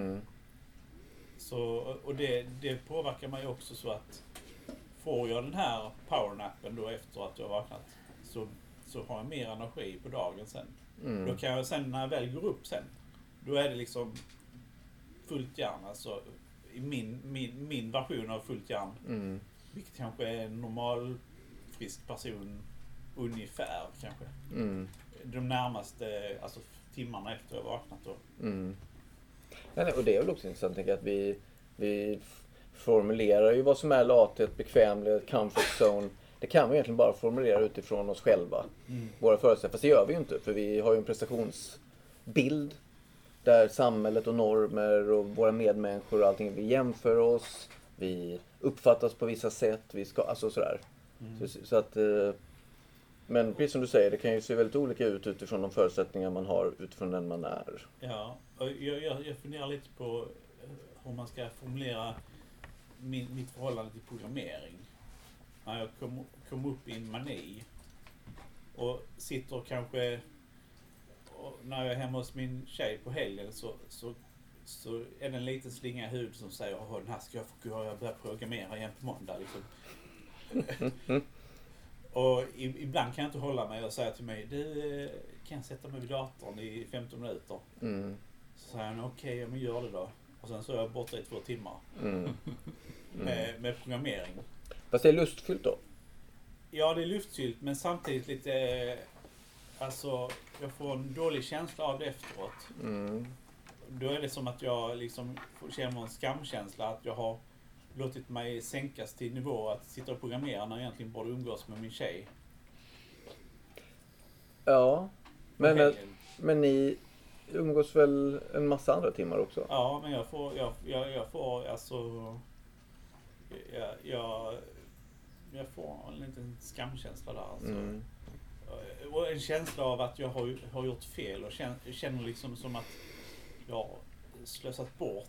Så och det påverkar mig också så att får jag den här powernappen då efter att jag har vaknat så så har jag mer energi på dagen sen. Mm. Då kan jag sen när jag väl går upp sen, då är det liksom fullt järn. Alltså i min version av fullt järn. Mm. Vilket kanske är en normal frisk person ungefär kanske. Mm. De närmaste alltså, timmarna efter jag vaknat då. Mm. Ja, och det är väl också intressant, tänker jag, att vi formulerar ju vad som är lathet, bekvämlighet, comfort zone. Det kan vi egentligen bara formulera utifrån oss själva. Våra förutsättningar. Fast det gör vi ju inte, för vi har ju en prestationsbild där samhället och normer och våra medmänniskor och allting, vi jämför oss, vi uppfattas på vissa sätt, vi ska, alltså sådär. Så att, men precis som du säger, det kan ju se väldigt olika ut utifrån de förutsättningar man har utifrån den man är. Ja, och jag funderar lite på hur man ska formulera mitt förhållande till programmering. När jag kom upp i en mani och sitter kanske, och när jag är hemma hos min tjej på helgen så är det en liten slinga i huvudet som säger att den här ska jag få börja programmera igen på måndag. Liksom. Och ibland kan jag inte hålla mig och säga till mig, du kan sätta mig vid datorn i 15 minuter. Så säger han, okej, men gör det då. Och sen så är jag borta i 2 timmar. Med programmering. Fast det är lustfyllt då? Ja, det är lustfyllt, men samtidigt lite, alltså jag får en dålig känsla av det efteråt. Då är det som att jag liksom känner en skamkänsla att jag har låtit mig sänkas till nivå att sitta och programmera när jag egentligen borde umgås med min tjej. Ja, men ni umgås väl en massa andra timmar också? Ja, men jag får alltså jag får en liten skamkänsla där alltså. Och en känsla av att jag har gjort fel och känner liksom som att jag har slösat bort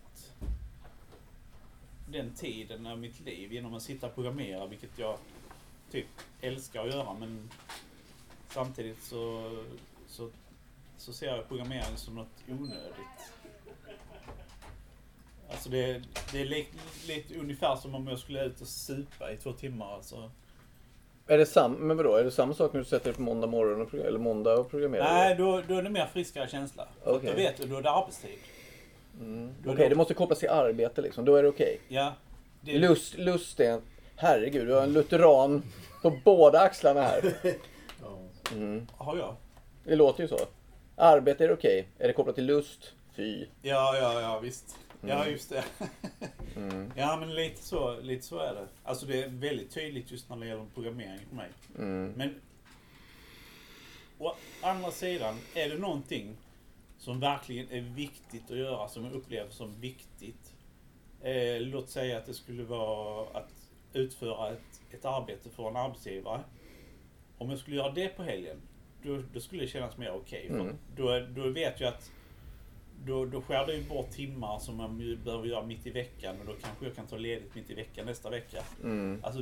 den tiden av mitt liv genom att sitta och programmera, vilket jag typ älskar att göra, men samtidigt så ser jag programmering som något onödigt. Alltså det är lite ungefär som om jag skulle ut och supa i 2 timmar alltså. Är det samma sak när du sätter dig på måndag morgon eller måndag och programmerar? Nej, då är det mer friskare känsla. Okay. Då vet du, då är det arbetstid. Okej, det måste kopplas till arbete liksom, då är det okej. Ja. Lust är, herregud, du har en lutheran på båda axlarna här. Har jag? Det låter ju så. Arbete är okej. Är det kopplat till lust? Fy. Ja, visst. Ja, just det. Ja, men lite så är det. Alltså det är väldigt tydligt just när det gäller programmering för mig. Men å andra sidan, är det någonting som verkligen är viktigt att göra, som jag upplever som viktigt. Låt säga att det skulle vara att utföra ett arbete för en arbetsgivare. Om jag skulle göra det på helgen, då skulle det kännas mer okej. Då vet jag att då skär det ju bort timmar som man behöver göra mitt i veckan, och då kanske jag kan ta ledigt mitt i veckan nästa vecka. Alltså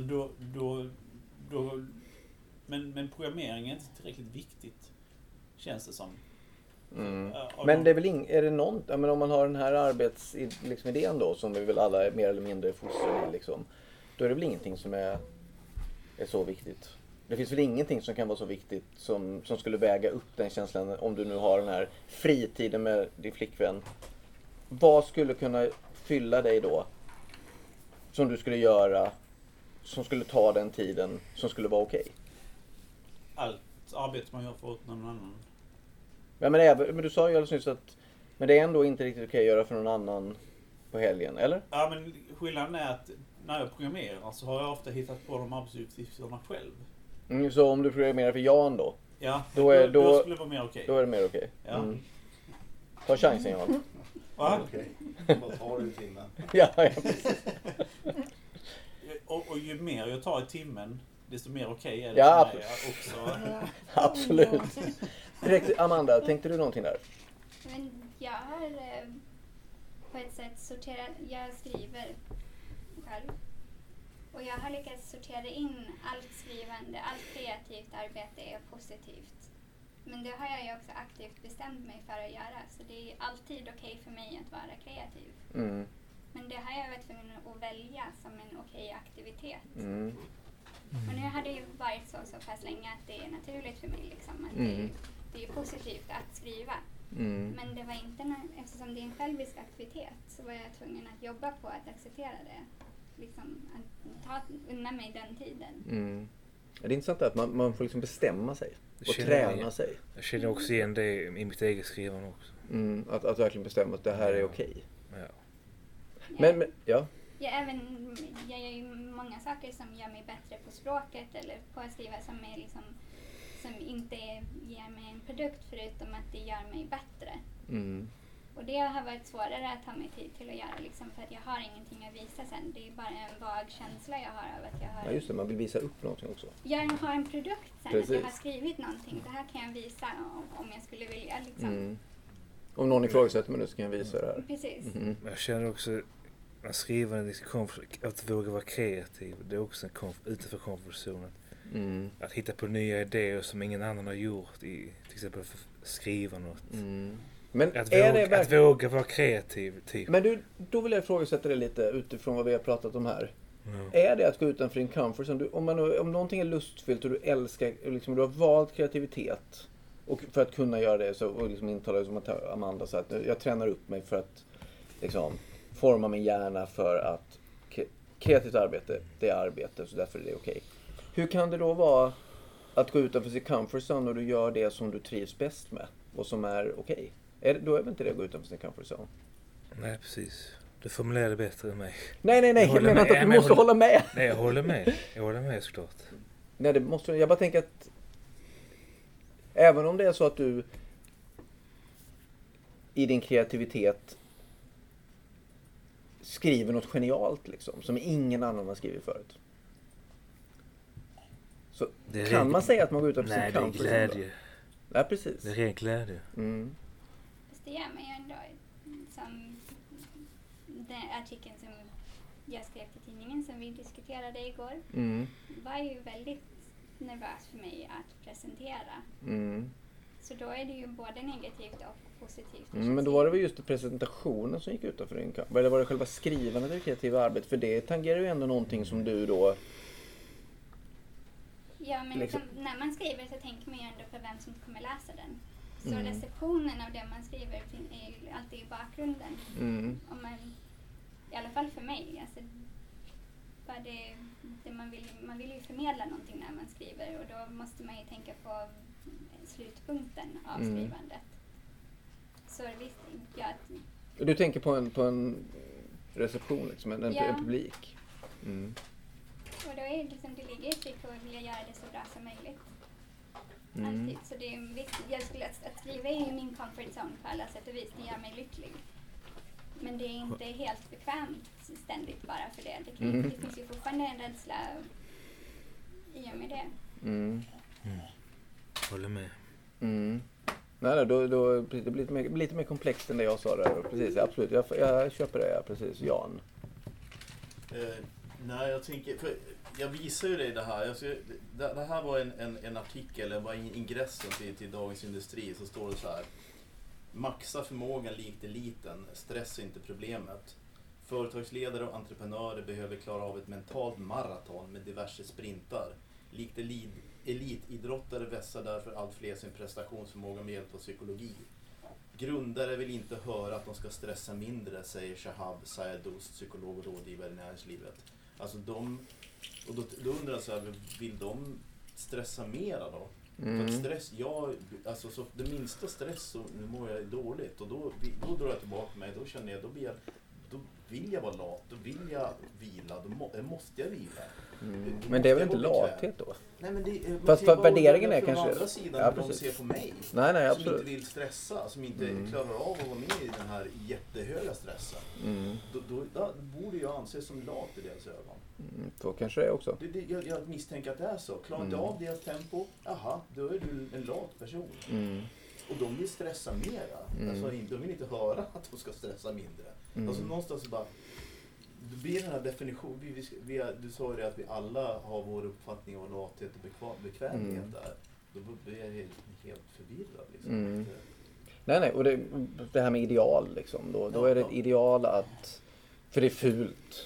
men programmering är inte tillräckligt viktigt, känns det som. Men det är väl är det någon, men om man har den här arbetsidén då, som vi väl alla är mer eller mindre fostrade i liksom, då är det väl ingenting som är så viktigt. Det finns väl ingenting som kan vara så viktigt som skulle väga upp den känslan, om du nu har den här fritiden med din flickvän. Vad skulle kunna fylla dig då? Som du skulle göra, som skulle ta den tiden, som skulle vara okej? Allt arbete man gör för åt någon annan. Ja, men du sa ju alldeles nyss att men det är ändå inte riktigt okej att göra för någon annan på helgen, eller? Ja, men skillnaden är att när jag programmerar så har jag ofta hittat på de arbetsuppgifterna själv. Så om du programmerar för Jan då? Ja, då skulle det vara mer okej. Då är det mer okej. Ja. Ta chansen, Jan. Va? Okej. Vad tar du i timmen? Ja, precis. Och ju mer jag tar i timmen, desto mer okej är det för mig också. Absolut. Direkt, Amanda, tänkte du någonting där? Men jag har på ett sätt sorterat, jag skriver själv. Och jag har lyckats sortera in allt skrivande, allt kreativt arbete är positivt. Men det har jag ju också aktivt bestämt mig för att göra. Så det är alltid okej för mig att vara kreativ. Men det har jag varit tvungen att välja som en okej aktivitet. Och nu har det ju varit så pass länge att det är naturligt för mig liksom. Att det är positivt att skriva. Men det var inte, eftersom det är en självisk aktivitet så var jag tvungen att jobba på att acceptera det. Liksom att ta undan mig den tiden. Det är intressant att man får liksom bestämma sig och träna sig. Jag känner också igen det i mitt eget skrivande också. Att verkligen bestämma att det här är okej. Ja. Men ja. Jag gör ju många saker som gör mig bättre på språket eller på att skriva som är liksom, som inte ger mig en produkt förutom att det gör mig bättre. Och det har varit svårare att ta mig tid till att göra liksom, för att jag har ingenting att visa sen. Det är bara en vag känsla jag har av att jag har... Ja just det, man vill visa upp någonting också. Jag har en produkt sen, Precis. att jag har skrivit någonting. Det här kan jag visa om jag skulle vilja liksom. Om någon ifrågasätter men nu ska jag visa det här. Precis. Jag känner också att skriva att våga vara kreativ. Det är också utanför komfortzonen. Att hitta på nya idéer som ingen annan har gjort till exempel för att skriva något. Men att våga vara kreativ typ. Men då vill jag ifrågasätta det lite utifrån vad vi har pratat om här. Är det att gå utanför din comfort zone? Om någonting är lustfyllt och du älskar, liksom, du har valt kreativitet och för att kunna göra det så, och liksom intala som att Amanda sa att jag tränar upp mig för att liksom, forma min hjärna för att kreativt arbete, det är arbete så därför är det okej. Hur kan det då vara att gå utanför sin comfort zone och du gör det som du trivs bäst med och som är okej? Då är väl inte det att gå utanför sin comfort zone? Nej, precis. Du formulerar det bättre än mig. Nej. Jag menar inte att du måste hålla med. Nej, jag håller med. Jag håller med såklart. Nej, det måste jag bara tänker att även om det är så att du i din kreativitet skriver något genialt liksom, som ingen annan har skrivit förut. Så kan man säga att man går utanför sin comfort zone? Nej, det är glädje. Ja, precis. Det är ren glädje. Fast det gör mig ju ändå som den artikeln som jag skrev till tidningen som vi diskuterade igår var ju väldigt nervös för mig att presentera. Så då är det ju både negativt och positivt. Men då var det väl just presentationen som gick utanför din kamp? Eller var det själva skrivandet av det kreativa arbetet? För det tangerar ju ändå någonting som du då... Ja, men liksom, när man skriver så tänker man ju ändå på vem som kommer läsa den. Så receptionen av det man skriver är ju alltid i bakgrunden. Om man, i alla fall för mig. Alltså, det man vill ju förmedla någonting när man skriver och då måste man ju tänka på slutpunkten av skrivandet. Så visst, du tänker på en reception, liksom, en publik? Och då är det liksom, det ligger i tryck och vilja göra det så bra som möjligt. Alltid. Så det är jag skulle att skriva i min comfort zone på alla sätt och vis, det gör mig lycklig. Men det är inte helt bekvämt ständigt bara för det. Det finns ju fortfarande en rädsla i och med det. Håller med. Nej, då det blir lite mer komplext än det jag sa där. Precis, absolut. Jag köper det, precis. Jan. Nej, jag tänker... Jag visar ju dig det här. Det här var en artikel, det var ingressen till Dagens Industri, så står det så här: maxa förmågan likt eliten, stress är inte problemet. Företagsledare och entreprenörer behöver klara av ett mentalt maraton med diverse sprintar. Likt elitidrottare vässar därför allt fler sin prestationsförmåga med hjälp av psykologi. Grundare vill inte höra att de ska stressa mindre, säger Shahab Sayedous, psykolog och rådgivare i näringslivet. Alltså och då undrar jag så här, vill de stressa mera då? För att stress, alltså så det minsta stress så nu mår jag dåligt och då drar jag tillbaka mig, då känner jag, då vill jag vara lat, då vill jag vila, då måste jag vila. Men det är väl inte lathet då? Nej, men det, fast för värderingen är kanske... kanske... andra sidan de ser på mig. Nej, som inte vill stressa, som inte klarar av att vara med i den här jättehöga stressen. Då borde jag anses som lat i deras ögon. Så kanske det är också. Jag misstänker att det är så. Klarar inte av deras tempo, då är du en lat person. Och de vill stressa mera. Alltså, de vill inte höra att de ska stressa mindre. Alltså någonstans så bara... Det blir den här definitionen, du sa ju det att vi alla har vår uppfattning av lathet och bekvämlighet där. Då blir jag helt förvirrad. Liksom. Nej, och det här med ideal liksom, då är det ett ideal att, för det är fult.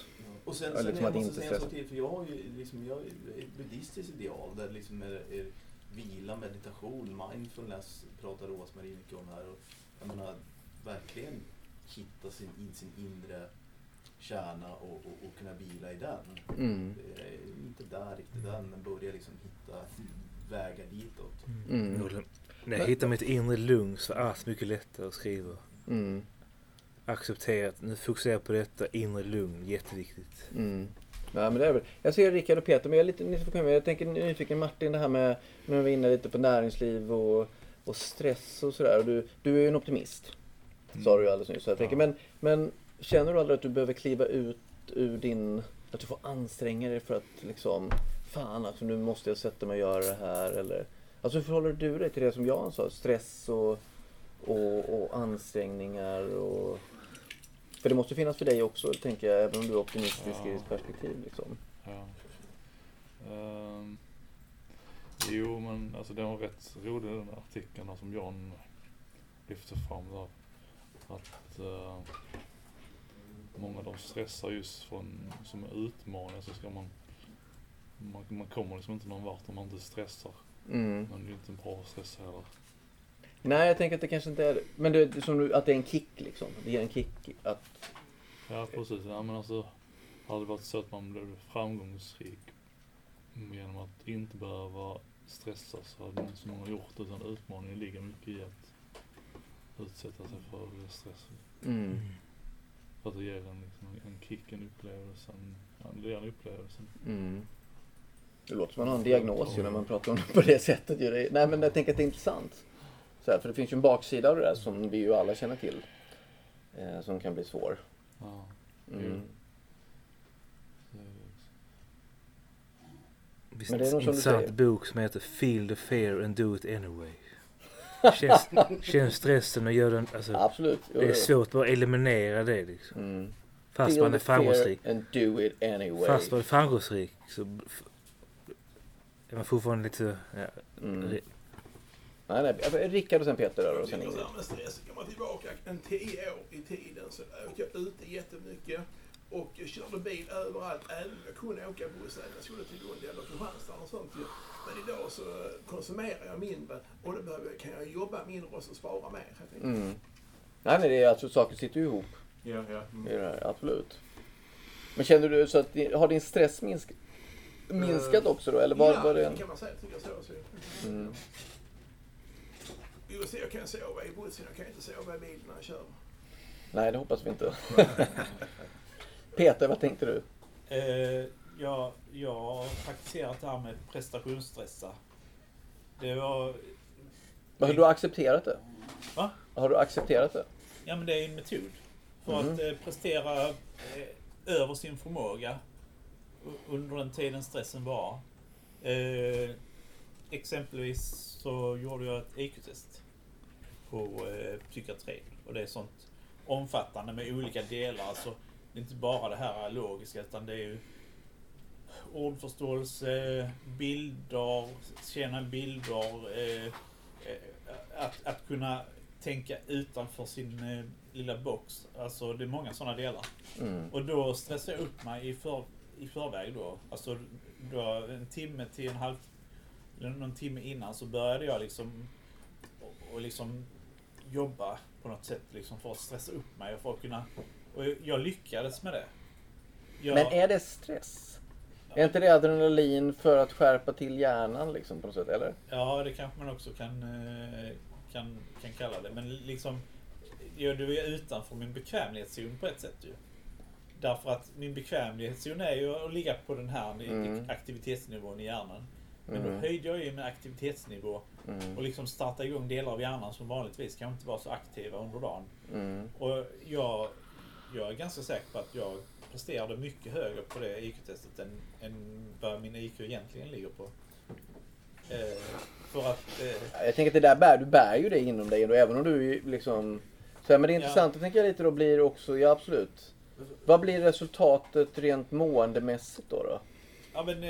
Och sen liksom jag att måste inte säga en stressa. sak till, för jag har ju ett buddhistiskt ideal där liksom är vila, meditation, mindfulness pratar Rosmarie mycket om här. Och jag menar, verkligen hitta sin inre kärna och kunna vila i den. Mm. Det är inte där riktigt än, men börja liksom hitta vägar ditåt. När jag hittar mitt inre lugn så är allt mycket lättare att skriva. Acceptera att nu fokuserar jag på detta inre lugn, jätteviktigt. Ja, men det är väl. Jag ser Rickard och Peter, men jag tänker nyfiken Martin, det här med när vi var inne lite på näringsliv och stress och sådär. Du är ju en optimist, sa du ju alldeles nyss. Så jag tänker, men känner du aldrig att du behöver kliva ut ur att du får anstränga dig för att liksom, fan alltså nu måste jag sätta mig och göra det här, eller alltså hur förhåller du dig till det som jag sa, stress och ansträngningar och... För det måste finnas för dig också, tänker jag, även om du är optimistisk i ditt perspektiv liksom. Ja. Jo, men alltså det var rätt rolig den där artikeln som John lyfte fram där. Att många av dem stressar just som utmaning, så ska man kommer liksom inte någon vart om man inte stressar. Men det är inte en bra stress heller. Nej, jag tänker att det kanske inte är... Men det är att det är en kick liksom. Det ger en kick att... Ja, precis. Ja, men alltså, hade det varit så att man blev framgångsrik genom att inte behöva stressa, så hade man som man gjort, utan utmaningen ligger mycket i att utsätta sig för stress. För att det ger en kick, en upplevelse, en upplevelse. Det låter som man har en diagnos ju när man pratar om det på det sättet. Nej, men jag tänker att det är intressant. Så här, för det finns ju en baksida av det där som vi ju alla känner till. Som kan bli svår. Ja. Det finns en intressant bok som heter Feel the fear and do it anyway. Känns stressen och gör den... Alltså, absolut. Det är svårt att bara eliminera det liksom. Fast Feel man är framgångsrik. And do it anyway. Fast man är framgångsrik så är man fortfarande lite... Nej, Rickard och sen Peter där och sen Ingrid. Med stress kan man tillbaka 10 år i tiden, så åkte jag ute jättemycket och körde bil överallt. Även jag kunde åka buss när jag skulle till Lund eller Kristianstad och sånt. Men idag så konsumerar jag mindre och då kan jag jobba mindre och så spara mer. Nej, det är alltså saker sitter ju ihop. Ja. Det är det här, absolut. Men känner du så att har din stress minskat också då? Eller var det kan man säga. Tycker jag så. Just det, jag kan sova i bussen, jag kan inte sova i bilen när jag kör. Nej, det hoppas vi inte. Peter, vad tänkte du? Jag har praktiserat det här med prestationsstressa. Det var... Har du accepterat det? Va? Har du accepterat det? Ja, men det är en metod för att prestera över sin förmåga under den tiden stressen var. Exempelvis så gjorde jag ett IQ-test på psykiatri, och det är sånt omfattande med olika delar. Alltså, det är inte bara det här logiska, utan det är ju ordförståelse, bilder, känna bilder, att kunna tänka utanför sin lilla box. Alltså det är många sådana delar. Och då stressar jag upp mig i förväg då. Alltså då en timme till någon timme innan så började jag liksom jobba på något sätt liksom för att stressa upp mig och för att kunna, och jag lyckades med det. Men är det stress? Är inte det adrenalin för att skärpa till hjärnan liksom på något sätt, eller? Ja, det kanske man också kan kalla det, men liksom du är utanför min bekvämlighetszon på ett sätt ju. Därför att min bekvämlighetszon är ju att ligga på den här aktivitetsnivån i hjärnan. Men då höjde jag ju min aktivitetsnivå och liksom starta igång delar av hjärnan som vanligtvis kan inte vara så aktiva under dagen. Och jag är ganska säker på att jag presterade mycket högre på det IQ-testet än vad min IQ egentligen ligger på. För att... Jag tänker att du bär ju det inom dig ändå, även om du liksom... Så här, men det är intressant, jag tänker lite då blir också, ja absolut. Vad blir resultatet rent måendemässigt då? Ja, men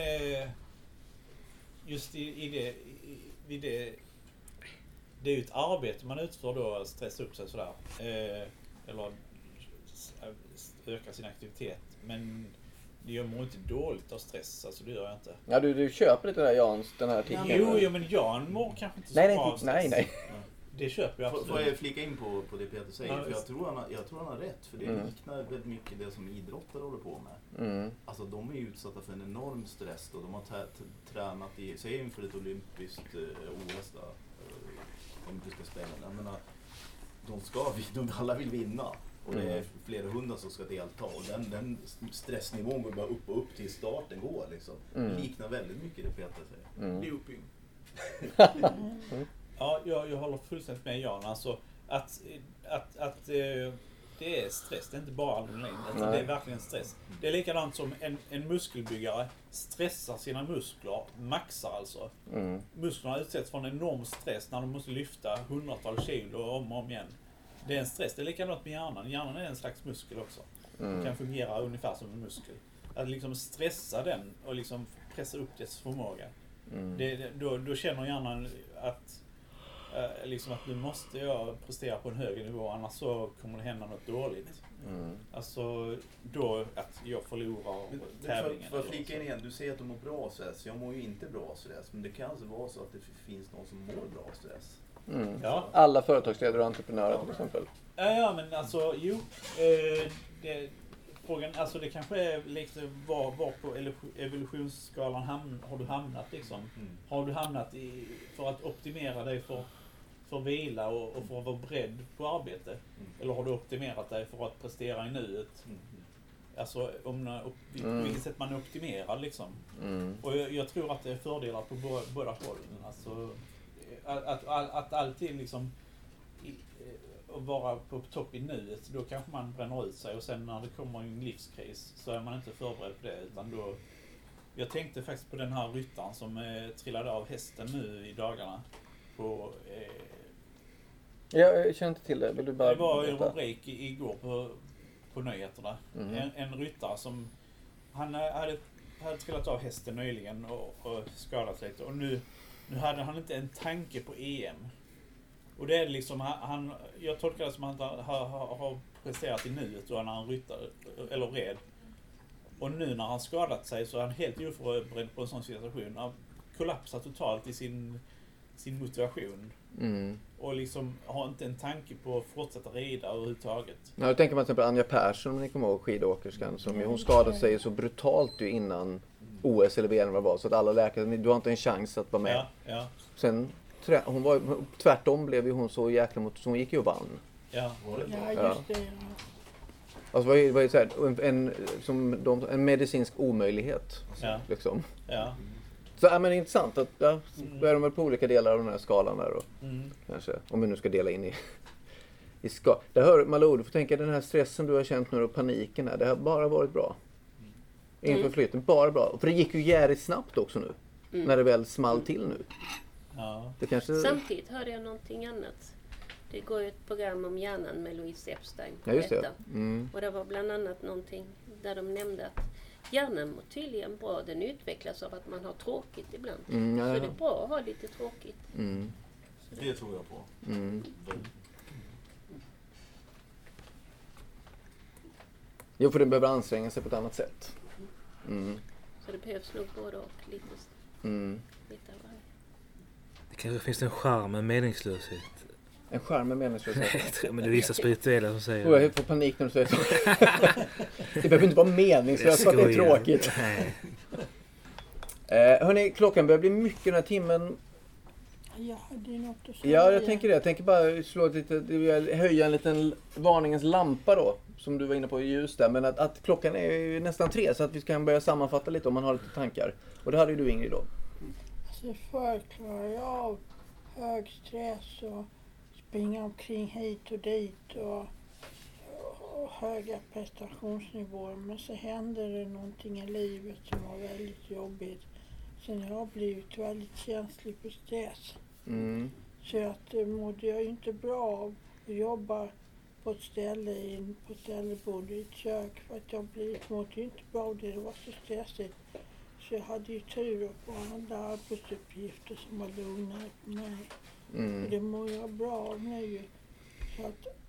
just i det är ju ett arbete man utför då, att stressa upp sig sådär. Eller öka sin aktivitet. Men jag mår inte dåligt av stress, alltså det gör jag inte. Ja, du köper lite där Jans, den här artikeln. Jo, men Jan mår kanske inte så bra av stress. Nej. Det köper jag absolut. Får jag flika in på det Peter säger? Ja, för jag tror han har rätt. För det liknar väldigt mycket det som idrottare håller på med. Alltså de är utsatta för en enorm stress då. De har tränat säg inför ett olympiskt OS då, olympiska spelen. Jag menar, de alla vill vinna. Och det är flera hundra som ska delta. Och den stressnivån går bara upp och upp till starten går liksom. Liknar väldigt mycket det Peter säger. Doping. Ja, jag håller fullständigt med Jan. Alltså att det är stress, det är inte bara adrenalin. Alltså, det är verkligen stress. Det är likadant som en muskelbyggare stressar sina muskler, maxar alltså. Musklerna utsätts för en enorm stress när de måste lyfta hundratals kilo om och om igen. Det är en stress. Det är likadant med hjärnan. Hjärnan är en slags muskel också. Den kan fungera ungefär som en muskel. Att liksom stressa den och liksom pressa upp dess förmåga. Då känner hjärnan att liksom att nu måste jag prestera på en högre nivå, annars så kommer det hända något dåligt. Alltså då att jag förlorar tävlingen. För att flika in igen, du säger att du mår bra av stress. Jag mår ju inte bra av stress, men det kan alltså vara så att det finns någon som mår bra av stress. Ja. Alla företagsledare och entreprenörer till exempel. Ja, men alltså frågan, alltså det kanske är lite var på evolutionsskalan har du hamnat liksom. Har du hamnat för att optimera dig för vila och för att vara beredd på arbete? Eller har du optimerat dig för att prestera i nuet? Alltså vilket sätt man är optimerad liksom. Och jag tror att det är fördelar på båda hållen. Alltså att alltid liksom vara på topp i nuet, då kanske man bränner ut sig, och sen när det kommer en livskris så är man inte förberedd på det, utan då... Jag tänkte faktiskt på den här ryttaren som trillade av hästen nu i dagarna på... Jag känner inte till det, vill du bara... Det var en rubrik igår på nyheterna. En ryttare som... Han hade trillat av hästen nyligen och skadat lite, och nu hade han inte en tanke på EM. Och det är liksom, jag tolkar det som att han har presterat i nuet då när han ryttade, eller red. Och nu när han skadat sig så är han helt oförberedd på en sån situation. Han kollapsar totalt i sin motivation. Och liksom har inte en tanke på att fortsätta rida överhuvudtaget. Ja, då tänker man till exempel Anja Persson, om ni kommer ihåg, skidåkerskan, som hon skadade sig så brutalt ju innan OS eller VM var, så att alla läkare, du har inte en chans att vara med. Ja. Sen hon var tvärtom, blev ju hon så jäkla mot, så hon gick ju och vann. Ja, just det. Alltså vad är så här, en medicinsk omöjlighet liksom. Ja. Så men det är intressant att då är de väl på olika delar av den här skalan där då. Kanske, om vi nu ska dela in i det hör Malou, du får tänka, den här stressen du har känt nu och paniken här, det har bara varit bra. Inför flytten, bara bra. För det gick ju jävligt snabbt också nu. När det väl small till nu. Ja. Det kanske... Samtidigt hörde jag någonting annat. Det går ju ett program om hjärnan med Louise Epstein. Ja, just det. Och det var bland annat någonting där de nämnde att hjärnan mår tydligen bra. Den utvecklas av att man har tråkigt ibland. Så det är bra att ha lite tråkigt. Det tror jag på. Jo, för den behöver anstränga sig på ett annat sätt. Så det behövs nog både och lite av varje. Det kanske finns en charm med meningslöshet. En charm med meningslöshet? Men det är vissa spirituella som säger det. Jag får panik när du säger så. Det behöver inte vara meningslöst för att det är tråkigt. Hörrni, klockan börjar bli mycket den här timmen. Ja, det är något att säga. Ja, jag tänker det. Jag tänker bara slå höja en liten varningens lampa då. Som du var inne på i ljus där. Men att klockan är ju nästan 3, så att vi kan börja sammanfatta lite om man har lite tankar. Och det hade ju du, Ingrid, då. Så förr klarar jag av hög stress och springa omkring hit och dit och höga prestationsnivåer. Men så händer det någonting i livet som var väldigt jobbigt. Sen har jag blivit väldigt känslig för stress. Så att mådde jag inte bra av att jobba på ett ställe, på ett ställebord i ett kök, för att jag mådde inte bra av det. Det var så stressigt. Så jag hade ju tur på andra arbetsuppgifter som var lugnare för mig. Och det mår jag bra av nu. Så att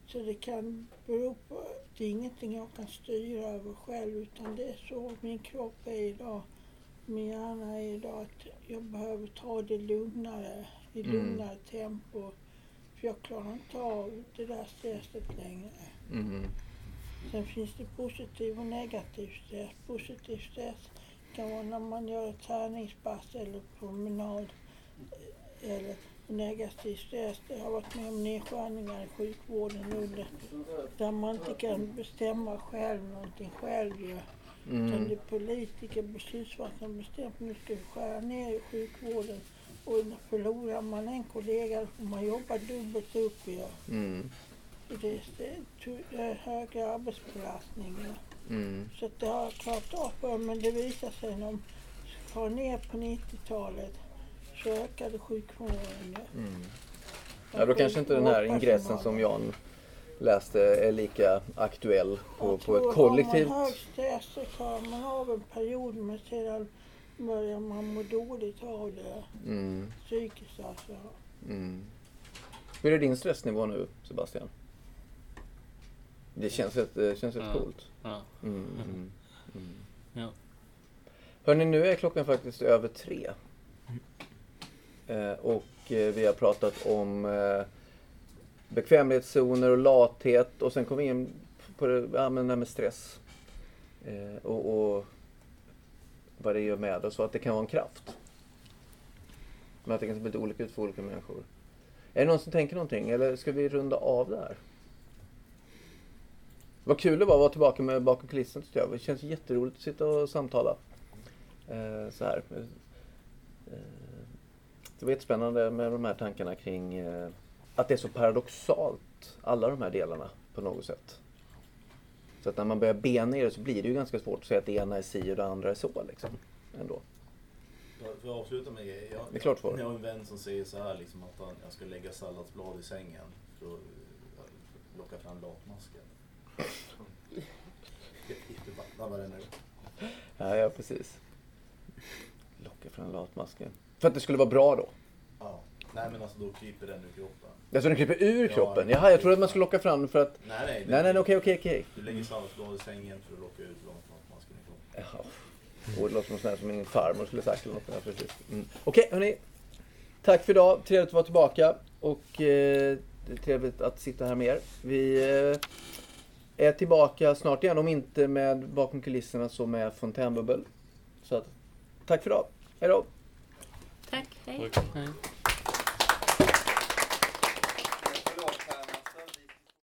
Så det kan bero på, det är ingenting jag kan styra över själv, utan det är så min kropp är idag. Min hjärna är idag att jag behöver ta det lugnare, i lugnare tempo. För jag klarar inte av det där stresset längre. Sen finns det positiv och negativ stress. Positiv stress kan vara när man gör ett träningspass eller promenad. Eller negativ stress, det har varit med om nedskärningar i sjukvården under, där man inte kan bestämma själv någonting själv. Utan det är politiker, beslutsfattare bestämt, nu ska vi skära ner i sjukvården. Och förlorar man en kollega får man jobba dubbelt upp. Det är högre arbetsbelastning. Så att det har jag klarat av för, men det visar sig när de skar ner på 90-talet så ökade sjukvården. Ja, då kanske inte den här ingressen som Jan läste är lika aktuell på ett kollektivt... Har man hög stress så klarar man av en period, men sedan börjar man må dåligt av det. Psykiskt alltså. Hur är din stressnivå nu, Sebastian? Det känns rätt coolt. Ja. Ja. Hörrni, nu är klockan faktiskt över 3. Och vi har pratat om bekvämlighetszoner och lathet. Och sen kom vi in på det med stress. Och vad det gör med oss. Så att det kan vara en kraft. Men att det kan se lite olika ut för olika människor. Är det någon som tänker någonting? Eller ska vi runda av där? Vad kul det var att vara tillbaka med bakom kulissen, tycker jag. Det känns jätteroligt att sitta och samtala. Så här. Det var jättespännande med de här tankarna kring att det är så paradoxalt, alla de här delarna på något sätt. Så att när man börjar bena i det så blir det ju ganska svårt att säga att det ena är si och det andra är så liksom. Ändå. För att avsluta med det. Det är klart för. Jag har en vän som säger så här liksom, att jag ska lägga salladsblad i sängen för att locka fram latmasken. Vad var det nu? Ja, precis. Locka fram latmasken. För att det skulle vara bra då? Ja. Nej, men alltså då kryper den ur kroppen. Alltså den kryper ur kroppen? Jaha, jag trodde att man skulle locka fram för att... Nej, okej. Du lägger salladsblad i sängen för att locka ut latmasken i kroppen. Jaha. Det låter som sånt som min farmor skulle sagt eller något. Okej, hörni. Tack för idag. Trevligt att vara tillbaka. Och det är trevligt att sitta här med er. Vi är tillbaka snart igen. Om inte med bakom kulisserna så med Fontänbubbel. Så att, tack för idag. Hej då. Tack, hej. Tack. Hej.